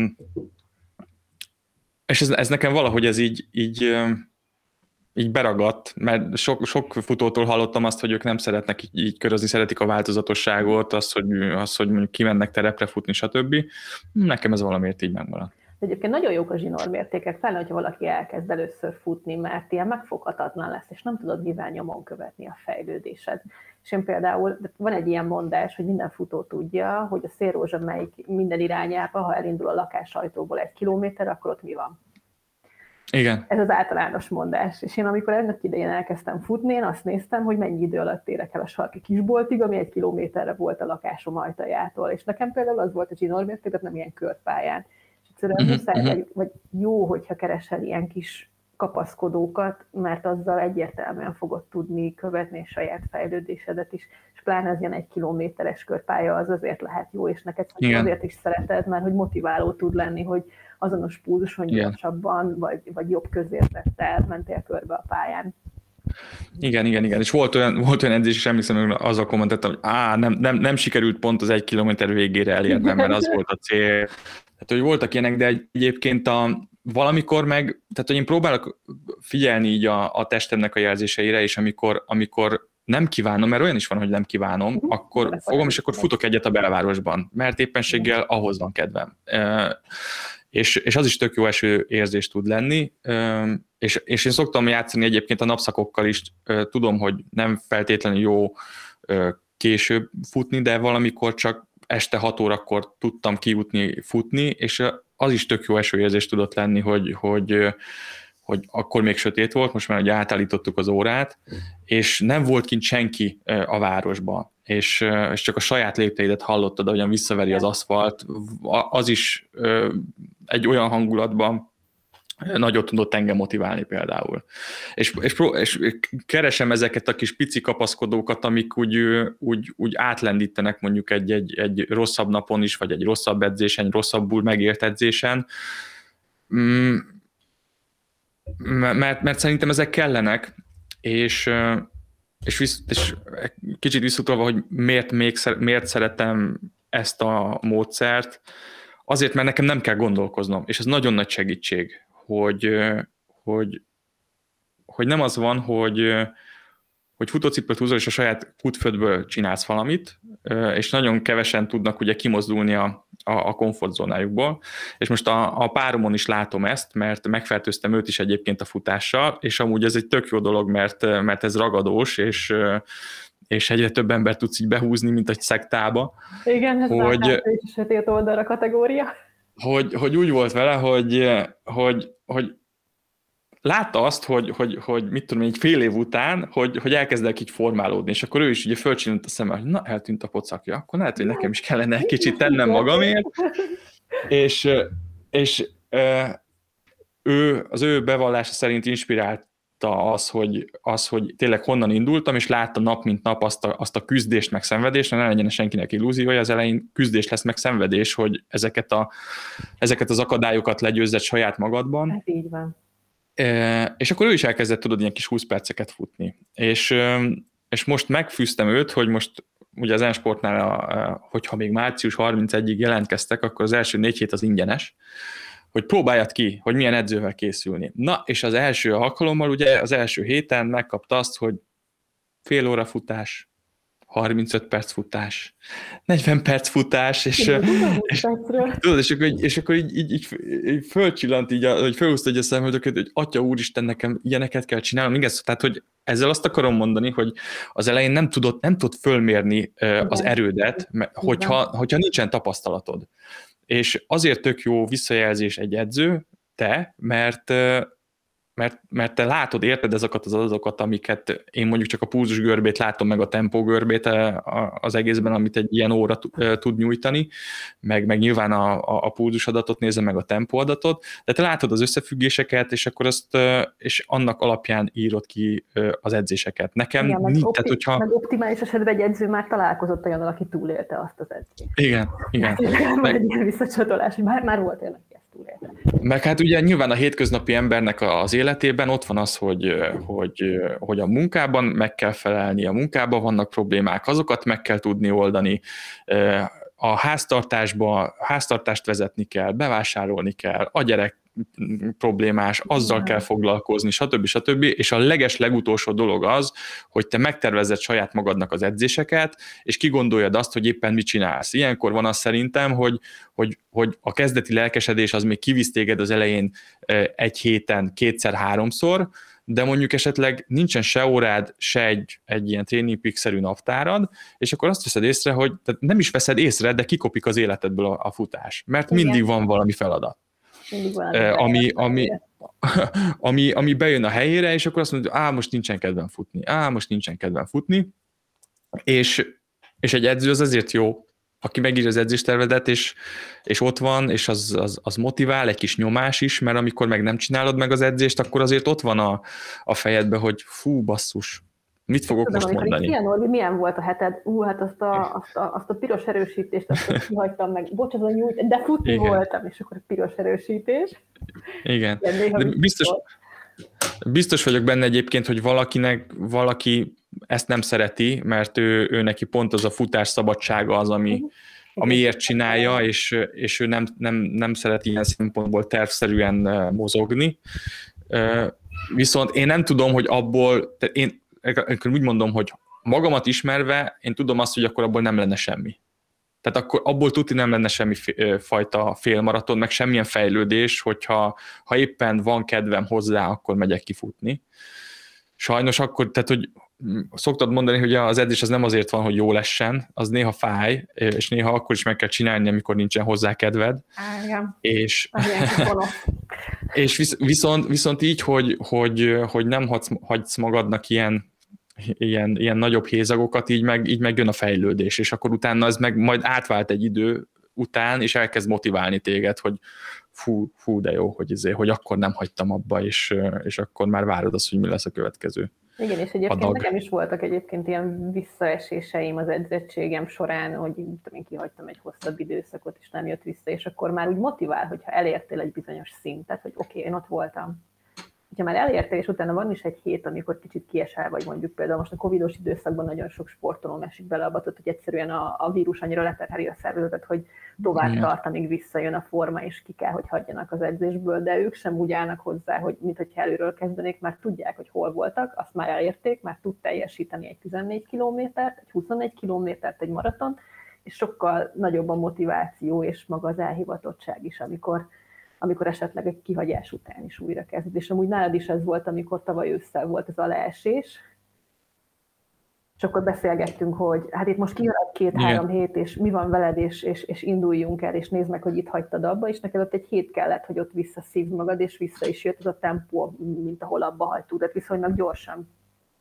és ez, ez nekem valahogy ez így, így, így beragadt, mert sok, sok futótól hallottam azt, hogy ők nem szeretnek így, így körözni, szeretik a változatosságot, azt, hogy, az, hogy mondjuk kimennek terepre futni, stb. Nekem ez valamiért így megmaradt. De egyébként nagyon jók a zsinórmértékek, pláne, hogyha valaki elkezd először futni, mert ilyen megfoghatatlan lesz, és nem tudod mivel nyomon követni a fejlődésed. És én például, van egy ilyen mondás, hogy minden futó tudja, hogy a szélrózsa melyik minden irányába, ha elindul a lakásajtóból egy kilométer, akkor ott mi van. Igen. Ez az általános mondás. És én amikor ennek idején elkezdtem futni, én azt néztem, hogy mennyi idő alatt érek el a sarki kisboltig, ami egy kilométerre volt a lakásom ajtajától. És nekem például az volt a zsinórmérték, tehát nem ilyen körpályán. És Egyszerűen uh-huh, muszáj, uh-huh. vagy, vagy jó, hogyha keresel ilyen kis kapaszkodókat, mert azzal egyértelműen fogod tudni követni a saját fejlődésedet is, és pláne az ilyen egy kilométeres körpálya az azért lehet jó, és neked Igen. azért is szereted, mert hogy motiváló tud lenni, hogy azonos pulzuson gyorsabban, vagy, vagy jobb közérzettel mentél körbe a pályán. Igen, igen, igen. És volt olyan, volt olyan edzés, és emlékszem, hogy azzal kommentettem, hogy á, nem, nem, nem sikerült pont az egy kilométer végére elérnem, mert az volt a cél. Tehát, hogy voltak ilyenek, de egyébként a, valamikor meg, tehát, hogy én próbálok figyelni így a, a testemnek a jelzéseire, és amikor, amikor nem kívánom, mert olyan is van, hogy nem kívánom, uh-huh. akkor fogom, és akkor futok egyet a belvárosban, mert éppenséggel ahhoz van kedvem. És, és az is tök jó eső érzés tud lenni, és, és én szoktam játszani egyébként a napszakokkal is, tudom, hogy nem feltétlenül jó később futni, de valamikor csak este hat órakor tudtam kijutni, futni, és az is tök jó esőérzés tudott lenni, hogy, hogy, hogy akkor még sötét volt, most már ugye átállítottuk az órát, és nem volt kint senki a városban, és, és csak a saját lépteidet hallottad, ahogyan visszaveri az aszfalt, az is egy olyan hangulatban nagyot tudott engem motiválni például. És, és, és keresem ezeket a kis pici kapaszkodókat, amik úgy, úgy, úgy átlendítenek mondjuk egy, egy, egy rosszabb napon is, vagy egy rosszabb edzésen, egy rosszabbul megért edzésen, mert, mert szerintem ezek kellenek, és, és, visz, és kicsit visszutalva, hogy miért, még, miért szeretem ezt a módszert, azért, mert nekem nem kell gondolkoznom, és ez nagyon nagy segítség, hogy, hogy, hogy nem az van, hogy, hogy futócipőt húzol, és a saját futfödből csinálsz valamit, és nagyon kevesen tudnak ugye kimozdulni a, a, a komfortzónájukból, és most a, a páromon is látom ezt, mert megfertőztem őt is egyébként a futással, és amúgy ez egy tök jó dolog, mert, mert ez ragadós, és és egyre több ember tudsz így behúzni, mint egy szektába. Igen, ez hogy, már is a sötét oldalra kategória. Hogy, hogy úgy volt vele, hogy, hogy, hogy látta azt, hogy, hogy, hogy mit tudom, egy fél év után, hogy, hogy elkezdek így formálódni, és akkor ő is ugye fölcsinált a szemmel, hogy na, eltűnt a pocakja, akkor lehet, hogy nekem is kellene egy kicsit tennem magamért, és, és ő, az ő bevallása szerint inspirált az, hogy, az, hogy tényleg honnan indultam, és látta nap mint nap azt a, azt a küzdést, meg szenvedést, ne legyen senkinek illúziója, az elején küzdés lesz, meg szenvedés, hogy ezeket, a, ezeket az akadályokat legyőzzed saját magadban. Hát így van. E, és akkor ő is elkezdett, tudod, ilyen kis húsz perceket futni. És, és most megfűztem őt, hogy most ugye az N-Sportnál, hogyha még március harmincegyedikéig jelentkeztek, akkor az első négy hét az ingyenes, hogy próbáljad ki, hogy milyen edzővel készülni. Na, és az első alkalommal ugye az első héten megkapta azt, hogy fél óra futás, harmincöt perc futás, negyven perc futás, és, és, tudod, és akkor, és akkor így, így, így, így fölcsillant, így, hogy fölhúzta a szemöldöket, hogy atya úristen, nekem ilyeneket kell csinálnom. Igen, tehát, hogy ezzel azt akarom mondani, hogy az elején nem tudod, nem tudod fölmérni az erődet, hogyha, hogyha nincsen tapasztalatod. És azért tök jó visszajelzés egy edző, te, mert, mert, mert te látod, érted ezeket az adatokat, amiket én mondjuk csak a pulzus görbét látom, meg a tempó görbét az egészben, amit egy ilyen óra tud nyújtani, meg, meg nyilván a, a, a pulzus adatot nézem, meg a tempó adatot, de te látod az összefüggéseket, és akkor azt, és annak alapján írod ki az edzéseket. Nekem igen, nincs, opti- tehát hogyha... Meg optimális esetben egy edző már találkozott olyan, aki túlélte azt az edzést. Igen, igen. Meg, meg egy ilyen visszacsatolás, hogy már, már volt olyan, aki ezt túlélte. Meg hát ugye nyilván a hétköznapi embernek az életében ott van az, hogy, hogy, hogy a munkában meg kell felelni, a munkában vannak problémák, azokat meg kell tudni oldani, a háztartásba, háztartást vezetni kell, bevásárolni kell, a gyerek problémás, azzal kell foglalkozni, stb. stb. És a leges legutolsó dolog az, hogy te megtervezed saját magadnak az edzéseket, és kigondoljad azt, hogy éppen mit csinálsz. Ilyenkor van az szerintem, hogy, hogy, hogy a kezdeti lelkesedés az még kivisz téged az elején egy héten kétszer-háromszor, de mondjuk esetleg nincsen se órád, se egy, egy ilyen TrainingPeaks-szerű naptárad, és akkor azt veszed észre, hogy tehát nem is veszed észre, de kikopik az életedből a, a futás, mert igen, mindig van valami feladat. Ami, ami, ami, ami bejön a helyére, és akkor azt mondod, á, most nincsen kedvem futni, á, most nincsen kedvem futni, és, és egy edző az azért jó, aki megírja az edzéstervedet, és, és ott van, és az, az, az motivál, egy kis nyomás is, mert amikor meg nem csinálod meg az edzést, akkor azért ott van a, a fejedben, hogy fú, basszus, mit fogok Tudom, most mondani? Ilyen, Norbi, milyen volt a heted? Ú, hát azt a, azt a, azt a piros erősítést, azt kihagytam meg. Bocs, az a nyújt, de futni Igen. voltam, és akkor a piros erősítés. Igen, de biztos, biztos vagyok benne egyébként, hogy valakinek, valaki ezt nem szereti, mert ő, ő neki pont az a futás szabadsága az, ami, uh-huh. amiért csinálja, és, és ő nem, nem, nem szeret ilyen szempontból tervszerűen mozogni. Viszont én nem tudom, hogy abból, én úgy mondom, hogy magamat ismerve, én tudom azt, hogy akkor abból nem lenne semmi. Tehát akkor abból tuti nem lenne semmi fajta félmaraton, meg semmilyen fejlődés, hogyha ha éppen van kedvem hozzá, akkor megyek kifutni. Sajnos akkor, tehát hogy szoktad mondani, hogy az edzés az nem azért van, hogy jó lessen, az néha fáj, és néha akkor is meg kell csinálni, amikor nincsen hozzá kedved. Igen. És, és visz, viszont, viszont így, hogy, hogy, hogy nem hagysz, hagysz magadnak ilyen, ilyen, ilyen nagyobb hézagokat, így meg, így meg jön a fejlődés, és akkor utána ez meg majd átvált egy idő után, és elkezd motiválni téged, hogy fú, fú de jó, hogy, izé, hogy akkor nem hagytam abba, és, és akkor már várod azt, hogy mi lesz a következő. Igen, és egyébként adag. Nekem is voltak egyébként ilyen visszaeséseim az edzettségem során, hogy én kihagytam egy hosszabb időszakot, és nem jött vissza, és akkor már úgy motivál, hogyha elértél egy bizonyos szintet, hogy oké, okay, én ott voltam. Ha már elértél, és utána van is egy hét, amikor kicsit kiesel, vagy mondjuk például most a covidos időszakban nagyon sok sportoló esik bele abba, hogy egyszerűen a, a vírus annyira leterheli a szervezetet, hogy tovább mm. tart, amíg visszajön a forma, és ki kell, hogy hagyjanak az edzésből, de ők sem úgy állnak hozzá, hogy mintha előről kezdenék, már tudják, hogy hol voltak, azt már elérték, már tud teljesíteni egy tizennégy kilométert, egy huszonnégy kilométert, egy maraton, és sokkal nagyobb a motiváció, és maga az elhivatottság is, amikor amikor esetleg egy kihagyás után is újra kezded. És amúgy nálad is ez volt, amikor tavaly ősszel volt az aláesés, és akkor beszélgettünk, hogy hát itt most kijön két-három hét, és mi van veled, és, és, és induljunk el, és nézd meg, hogy itt hagytad abba, és neked ott egy hét kellett, hogy ott visszaszívd magad, és vissza is jött az a tempó, mint ahol abba hagytuk, de viszonylag gyorsan.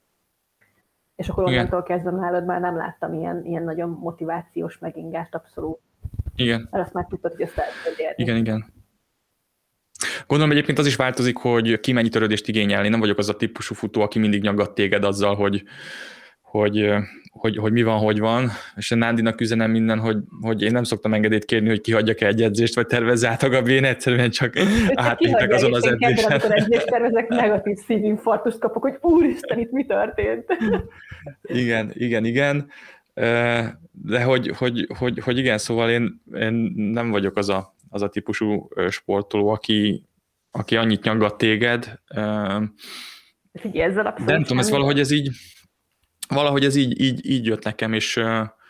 És akkor onnantól kezdve nálad már nem láttam ilyen, ilyen nagyon motivációs megingást, abszolút. Igen. Mert azt már tudtad, hogy ezt el tudod érni. Igen, igen. Gondolom egyébként az is változik, hogy ki mennyi törődést igényel. Én nem vagyok az a típusú futó, aki mindig nyaggat téged azzal, hogy, hogy, hogy, hogy mi van, hogy van. És a Nándinak üzenem minden, hogy, hogy én nem szoktam engedélyt kérni, hogy kihagyjak egy edzést, vagy tervezze át a Gabi, én egyszerűen csak átnézek azon az edzésen. Kedden, amikor edzést tervezek, negatív szívinfarktust kapok, hogy úristen, itt mi történt? Igen, igen, igen. De hogy, hogy, hogy, hogy igen, szóval én, én nem vagyok az a az a típusú sportoló, aki, aki annyit nyaggat téged. Figyelj, ezzel de nem tudom, ez valahogy ez így, valahogy ez így, így, így jött nekem, és,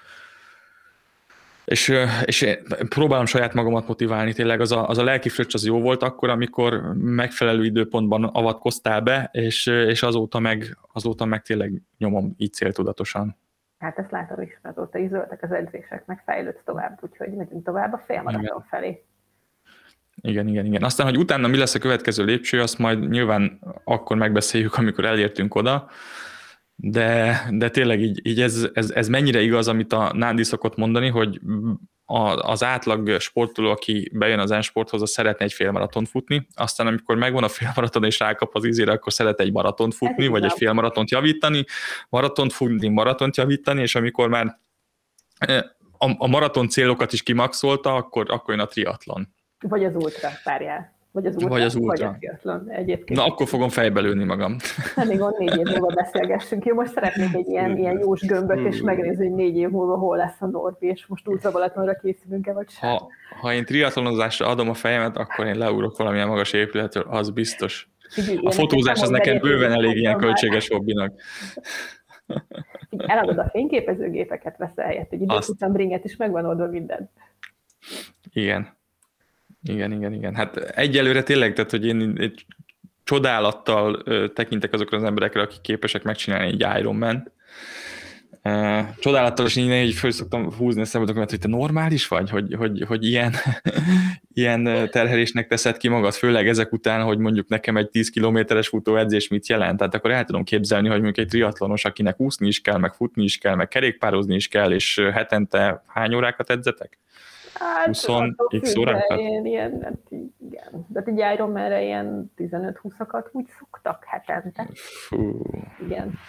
és, és próbálom saját magamat motiválni, tényleg az a, az a lelki fröccs az jó volt akkor, amikor megfelelő időpontban avatkoztál be, és, és azóta, meg, azóta meg tényleg nyomom így céltudatosan. Hát ezt látod is, mert ott is zöldek az edzések, meg fejlődsz tovább, úgyhogy megyünk tovább a félmaraton felé. Igen, igen, igen. Aztán, hogy utána mi lesz a következő lépcső, azt majd nyilván akkor megbeszéljük, amikor elértünk oda, de, de tényleg így, így ez, ez, ez mennyire igaz, amit a Nándi szokott mondani, hogy az átlag sportoló, aki bejön az e-sporthoz, az szeretne egy félmaratont futni, aztán amikor megvan a félmaraton és rákap az ízére, akkor szeret egy maratont futni, ez vagy egy félmaratont javítani, maratont futni, maratont javítani, és amikor már a, a maraton célokat is kimaxolta, akkor, akkor jön a triatlon. Vagy az ultra, párjál. Vagy az ultra, vagy, az ultra. vagy a triatlon egyébként. Na, akkor fogom fejbe lőni magam. Nem, még van négy év múlva beszélgessünk. Én most szeretnék egy ilyen, ilyen jós gömböt, és megnézni, hogy négy év múlva hol lesz a Norbi, és most ultra Balatonra készülünk-e, vagy sem. Ha, ha én triatlonozásra adom a fejemet, akkor én leúrok valamilyen magas épületről, az biztos. Figyelj, a fotózás az nekem bőven elég ilyen költséges hobbinak. Eladod a fényképezőgépeket, veszel helyett egy időt után bringet, és megvan oldva minden. Igen. Igen, igen, igen. Hát egyelőre tényleg, tehát, hogy én egy csodálattal tekintek azokra az emberekre, akik képesek megcsinálni egy Ironman-t. Uh, csodálatos, így, így föl szoktam húzni a szemedokat, hogy te normális vagy, hogy, hogy, hogy ilyen, ilyen terhelésnek teszed ki magad, főleg ezek után, hogy mondjuk nekem egy tíz kilométeres futóedzés mit jelent, tehát akkor el tudom képzelni, hogy mondjuk egy triatlonos, akinek úszni is kell, meg futni is kell, meg kerékpározni is kell, és hetente hány órákat edzetek? Hát, húsz x órákat? Ilyen, ilyen, hát igen. De egy Ironmanre ilyen tizenöt-húszakat úgy szoktak hetente. Fú. Igen.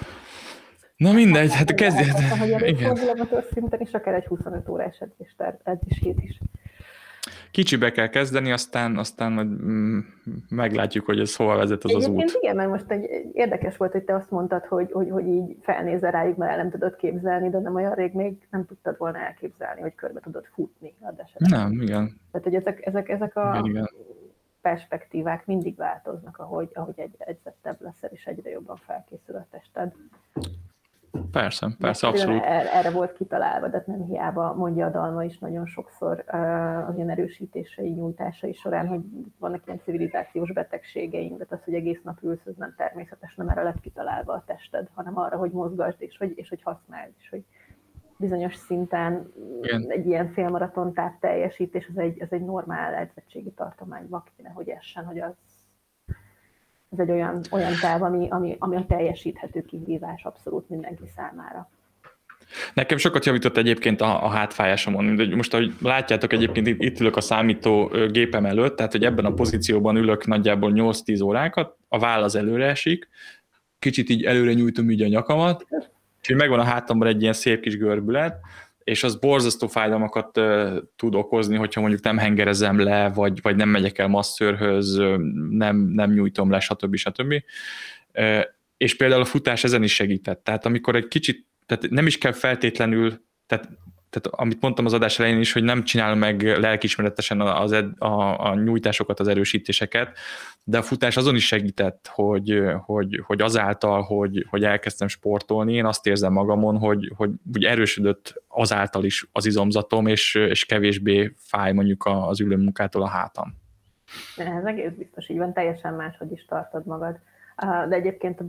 Na mindegy, hát kezdjed. Hogy elég fordulamatos szinten is akár egy huszonöt órás edzés hét is. Kicsibe kell kezdeni, aztán, aztán majd meglátjuk, hogy ez hova vezet az Egyébként az út. Igen, mert most egy érdekes volt, hogy te azt mondtad, hogy, hogy, hogy így felnézel rájuk, mert el nem tudod képzelni, de nem olyan rég még nem tudtad volna elképzelni, hogy körbe tudod futni. Nem, igen. Tehát, hogy ezek, ezek, ezek a igen, igen. perspektívák mindig változnak, ahogy, ahogy egy edzettebb leszel, és egyre jobban felkészül a tested. Persze, persze, abszolút. Erre volt kitalálva, de nem hiába mondja a Dalma is nagyon sokszor az ilyen erősítései, nyújtásai során, hogy vannak ilyen civilizációs betegségeink, de az, hogy egész nap ülsz, ez nem természetes, nem erre lett kitalálva a tested, hanem arra, hogy mozgasd, és hogy, és hogy használd, és hogy bizonyos szinten igen. Egy ilyen félmaraton táv teljesítés, ez egy, ez egy normál edzettségi tartományba kéne, hogy essen, hogy az Ez egy olyan, olyan táv, ami, ami, ami a teljesíthető kihívás abszolút mindenki számára. Nekem sokat javított egyébként a, a hátfájásomon. Most, ahogy látjátok, egyébként itt, itt ülök a számítógépem előtt, tehát, hogy ebben a pozícióban ülök nagyjából nyolc-tíz órákat, a váll az előre esik, kicsit így előre nyújtom így a nyakamat, és megvan a hátamban egy ilyen szép kis görbület, és az borzasztó fájdalmakat uh, tud okozni, hogyha mondjuk nem hengerezem le, vagy, vagy nem megyek el masszörhöz, nem, nem nyújtom le, stb. stb. Uh, és például a futás ezen is segített. Tehát amikor egy kicsit, tehát nem is kell feltétlenül, tehát, tehát amit mondtam az adás elején is, hogy nem csinálom meg lelkiismeretesen az ed, a, a nyújtásokat, az erősítéseket, de a futás azon is segített, hogy, hogy, hogy azáltal, hogy, hogy elkezdtem sportolni, én azt érzem magamon, hogy, hogy, hogy erősödött azáltal is az izomzatom, és, és kevésbé fáj mondjuk az ülőmunkától a hátam. Ez egész biztos így van, teljesen máshogy is tartod magad. De egyébként a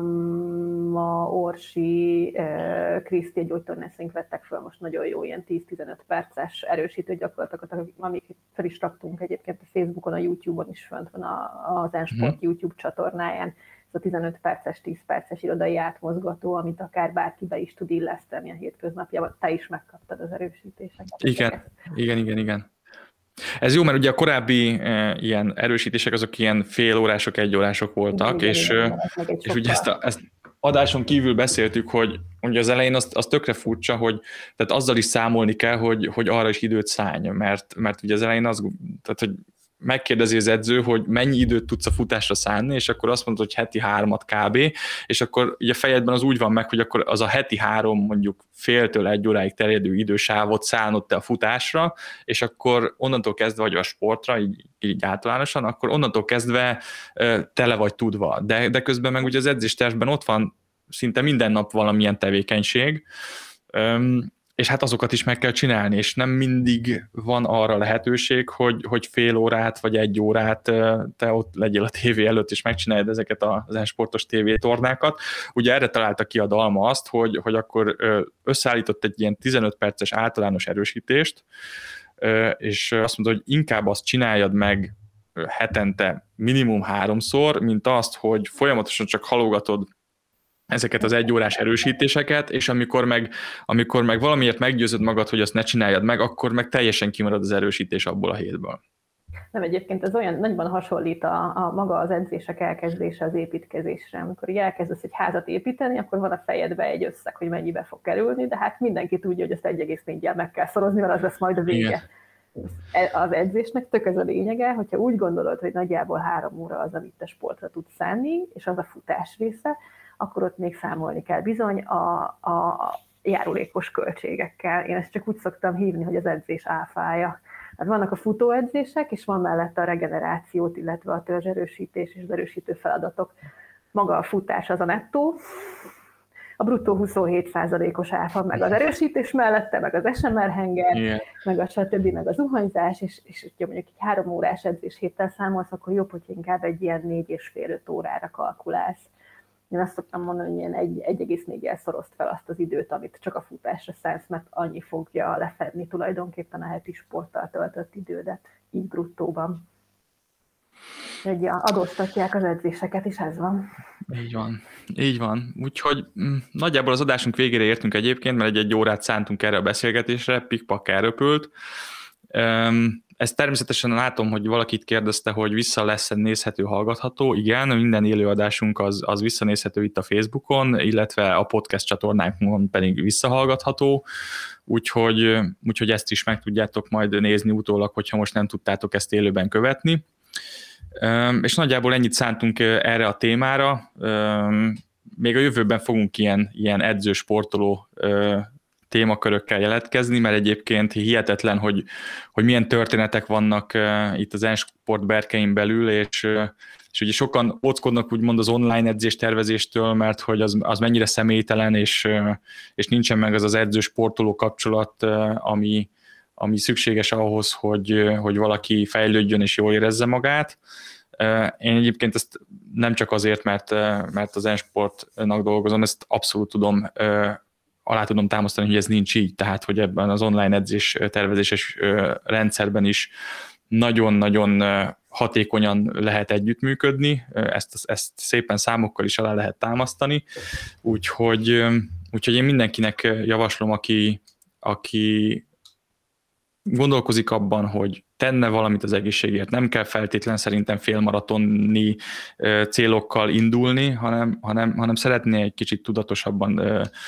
Dalma, Orsi, Kriszti gyógytornászink vettek föl most nagyon jó ilyen tíz-tizenöt perces erősítő gyakorlatokat, amik fel is raktunk egyébként a Facebookon, a YouTube-on is fönt van az Ensport hmm. YouTube csatornáján. Ez a tizenöt perces, tíz perces irodai átmozgató, amit akár bárki be is tud illeszteni a hétköznapjában. Te is megkaptad az erősítéseket. Igen, igen, igen, igen. Ez jó, mert ugye a korábbi e, ilyen erősítések azok ilyen félórások, egyórások voltak, igen, és, igen, és ugye ezt, a, ezt adáson kívül beszéltük, hogy ugye az elején az, az tökre furcsa, hogy tehát azzal is számolni kell, hogy, hogy arra is időt szállj, mert, mert ugye az elején az, tehát hogy megkérdezi az edző, hogy mennyi időt tudsz a futásra szánni, és akkor azt mondod, hogy heti hármat kb. És akkor ugye fejedben az úgy van meg, hogy akkor az a heti három mondjuk féltől egy óráig terjedő idősávot szánod te a futásra, és akkor onnantól kezdve, vagy a sportra, így, így általánosan, akkor onnantól kezdve tele vagy tudva. De, de közben meg ugye az edzéstervben ott van szinte minden nap valamilyen tevékenység, és hát azokat is meg kell csinálni, és nem mindig van arra lehetőség, hogy, hogy fél órát vagy egy órát te ott legyél a tévé előtt, és megcsináld ezeket az e-sportos tévétornákat. Ugye erre találta ki a Dalma azt, hogy, hogy akkor összeállított egy ilyen tizenöt perces általános erősítést, és azt mondta, hogy inkább azt csináljad meg hetente minimum háromszor, mint azt, hogy folyamatosan csak halogatod ezeket az egyórás erősítéseket, és amikor meg, amikor meg valamiért meggyőzöd magad, hogy azt ne csináljad meg, akkor meg teljesen kimarad az erősítés abból a hétből. Nem, egyébként ez olyan nagyban hasonlít a, a maga az edzések elkezdése az építkezésre. Amikor így elkezdesz egy házat építeni, akkor van a fejedben egy összeg, hogy mennyibe fog kerülni, de hát mindenki tudja, hogy ezt egy egész négyel meg kell szorozni, mert az lesz majd a vége. Igen. Az edzésnek tök ez a lényege, hogyha úgy gondolod, hogy nagyjából három óra az, amit te sportra tudsz szánni, és az a futás része, akkor ott még számolni kell bizony a, a járulékos költségekkel. Én ezt csak úgy szoktam hívni, hogy az edzés áfája. Hát vannak a futóedzések, és van mellette a regenerációt, illetve a törzserősítés és az erősítő feladatok. Maga a futás az a nettó, a bruttó huszonhét százalékos áfa, meg az erősítés mellette, meg az es em er henger, yeah. meg a stb., meg a zuhanyzás, és, és ugye mondjuk egy három órás edzés héttel számolsz, akkor jobb, hogy inkább egy ilyen négy és fél öt órára kalkulálsz. Én azt szoktam mondani, hogy ilyen egy egész négyel szorozt fel azt az időt, amit csak a futásra szánsz, mert annyi fogja lefedni tulajdonképpen a heti sporttal töltött idődet, így bruttóban. Egy adóztatják az edzéseket, és ez van. Így van, így van. Úgyhogy m, nagyjából az adásunk végére értünk egyébként, mert egy-egy órát szántunk erre a beszélgetésre, pikpak elröpült. Um, ezt természetesen látom, hogy valakit kérdezte, hogy vissza lesz nézhető, hallgatható. Igen, minden élőadásunk az, az visszanézhető itt a Facebookon, illetve a podcast csatornánkon pedig visszahallgatható, úgyhogy, úgyhogy ezt is meg tudjátok majd nézni utólag, hogyha most nem tudtátok ezt élőben követni. Um, és nagyjából ennyit szántunk erre a témára. Um, még a jövőben fogunk ilyen, ilyen edző-sportoló uh, témakörökkel jelentkezni, mert egyébként hihetetlen, hogy, hogy milyen történetek vannak uh, itt az e-sport berkein belül, és, uh, és ugye sokan óckodnak úgymond az online edzés tervezéstől, mert hogy az, az mennyire személytelen, és, uh, és nincsen meg az az edző-sportoló kapcsolat, uh, ami, ami szükséges ahhoz, hogy, hogy valaki fejlődjön és jól érezze magát. Én egyébként ezt nem csak azért, mert, mert az e-sportnak dolgozom, ezt abszolút tudom, alá tudom támasztani, hogy ez nincs így, tehát hogy ebben az online edzés tervezéses rendszerben is nagyon-nagyon hatékonyan lehet együttműködni, ezt, ezt szépen számokkal is alá lehet támasztani, úgyhogy, úgyhogy én mindenkinek javaslom, aki, aki gondolkozik abban, hogy tenne valamit az egészségért. Nem kell feltétlen szerintem félmaratoni célokkal indulni, hanem, hanem, hanem szeretné egy kicsit tudatosabban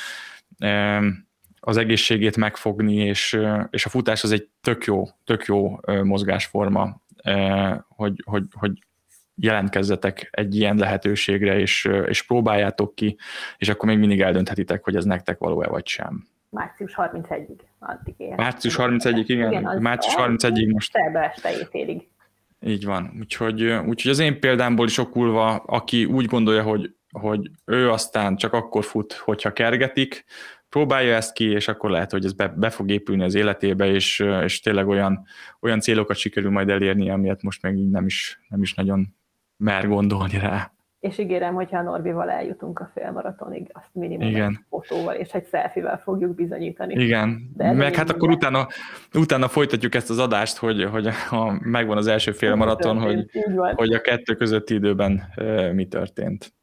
az egészségét megfogni, és, és a futás az egy tök jó, tök jó mozgásforma, hogy, hogy, hogy jelentkezzetek egy ilyen lehetőségre, és, és próbáljátok ki, és akkor még mindig eldönthetitek, hogy ez nektek való-e vagy sem. március harmincegyedikéig. Addig ér. március harmincegyedikéig, igen. igen március harmincegyedikéig most. Szerda este éjfélig. Így van. Úgyhogy, úgyhogy az én példámból is okulva, aki úgy gondolja, hogy, hogy ő aztán csak akkor fut, hogyha kergetik, próbálja ezt ki, és akkor lehet, hogy ez be, be fog épülni az életébe, és, és tényleg olyan, olyan célokat sikerül majd elérni, amilyet most meg így nem is, nem is nagyon mer gondolni rá. És ígérem, hogyha a Norbival eljutunk a félmaratonig, azt minimum Igen. egy fotóval és egy selfie-vel fogjuk bizonyítani. Igen, de meg hát akkor utána, utána folytatjuk ezt az adást, hogy, hogy ha megvan az első félmaraton, hogy, hogy a kettő közötti időben uh, mi történt.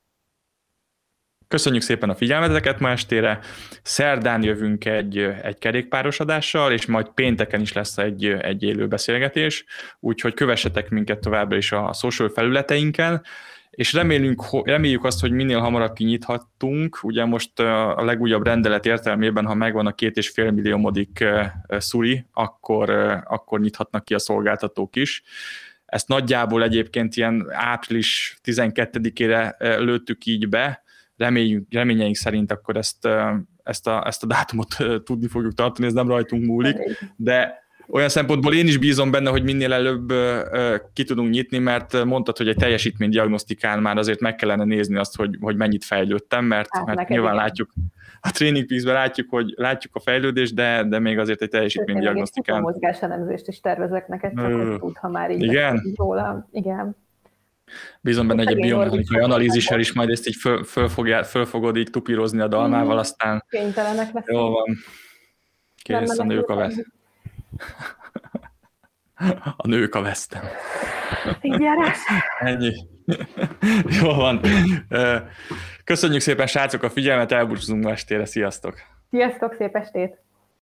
Köszönjük szépen a figyelmeteket ma estére. Szerdán jövünk egy, egy kerékpáros adással, és majd pénteken is lesz egy, egy élő beszélgetés, úgyhogy kövessetek minket továbbra is a social felületeinken, és remélünk, reméljük azt, hogy minél hamarabb kinyithattunk. Ugye most a legújabb rendelet értelmében, ha megvan a két és fél milliómodik szuri, akkor, akkor nyithatnak ki a szolgáltatók is. Ezt nagyjából egyébként ilyen április tizenkettedikére lőttük így be. Reméljük, reményeink szerint akkor ezt, ezt, a, ezt a dátumot tudni fogjuk tartani, ez nem rajtunk múlik, de olyan szempontból én is bízom benne, hogy minél előbb ki tudunk nyitni, mert mondtad, hogy egy teljesítménydiagnosztikán már azért meg kellene nézni azt, hogy, hogy mennyit fejlődtem, mert, hát, mert nyilván igen. látjuk, a Training Peaks-ben látjuk, hogy látjuk a fejlődést, de, de még azért egy teljesítménydiagnosztikán. Én egy mozgáselemzést is tervezek neked, csak hogy tud, ha már így igen? róla. Igen. Bízom benne, hogy egy biomechanikai analízissel is majd ezt így föl, föl, fogja, föl fogod így tupírozni a dalmával, mm, aztán kénytelenek lesz. Jól van. Kész, a nők a vesz. A nők a vesztem. Figyelás! Ennyi. Jól van. Köszönjük szépen, srácok, a figyelmet, elbúcsúzunk ma estére. Sziasztok! Sziasztok, szép estét!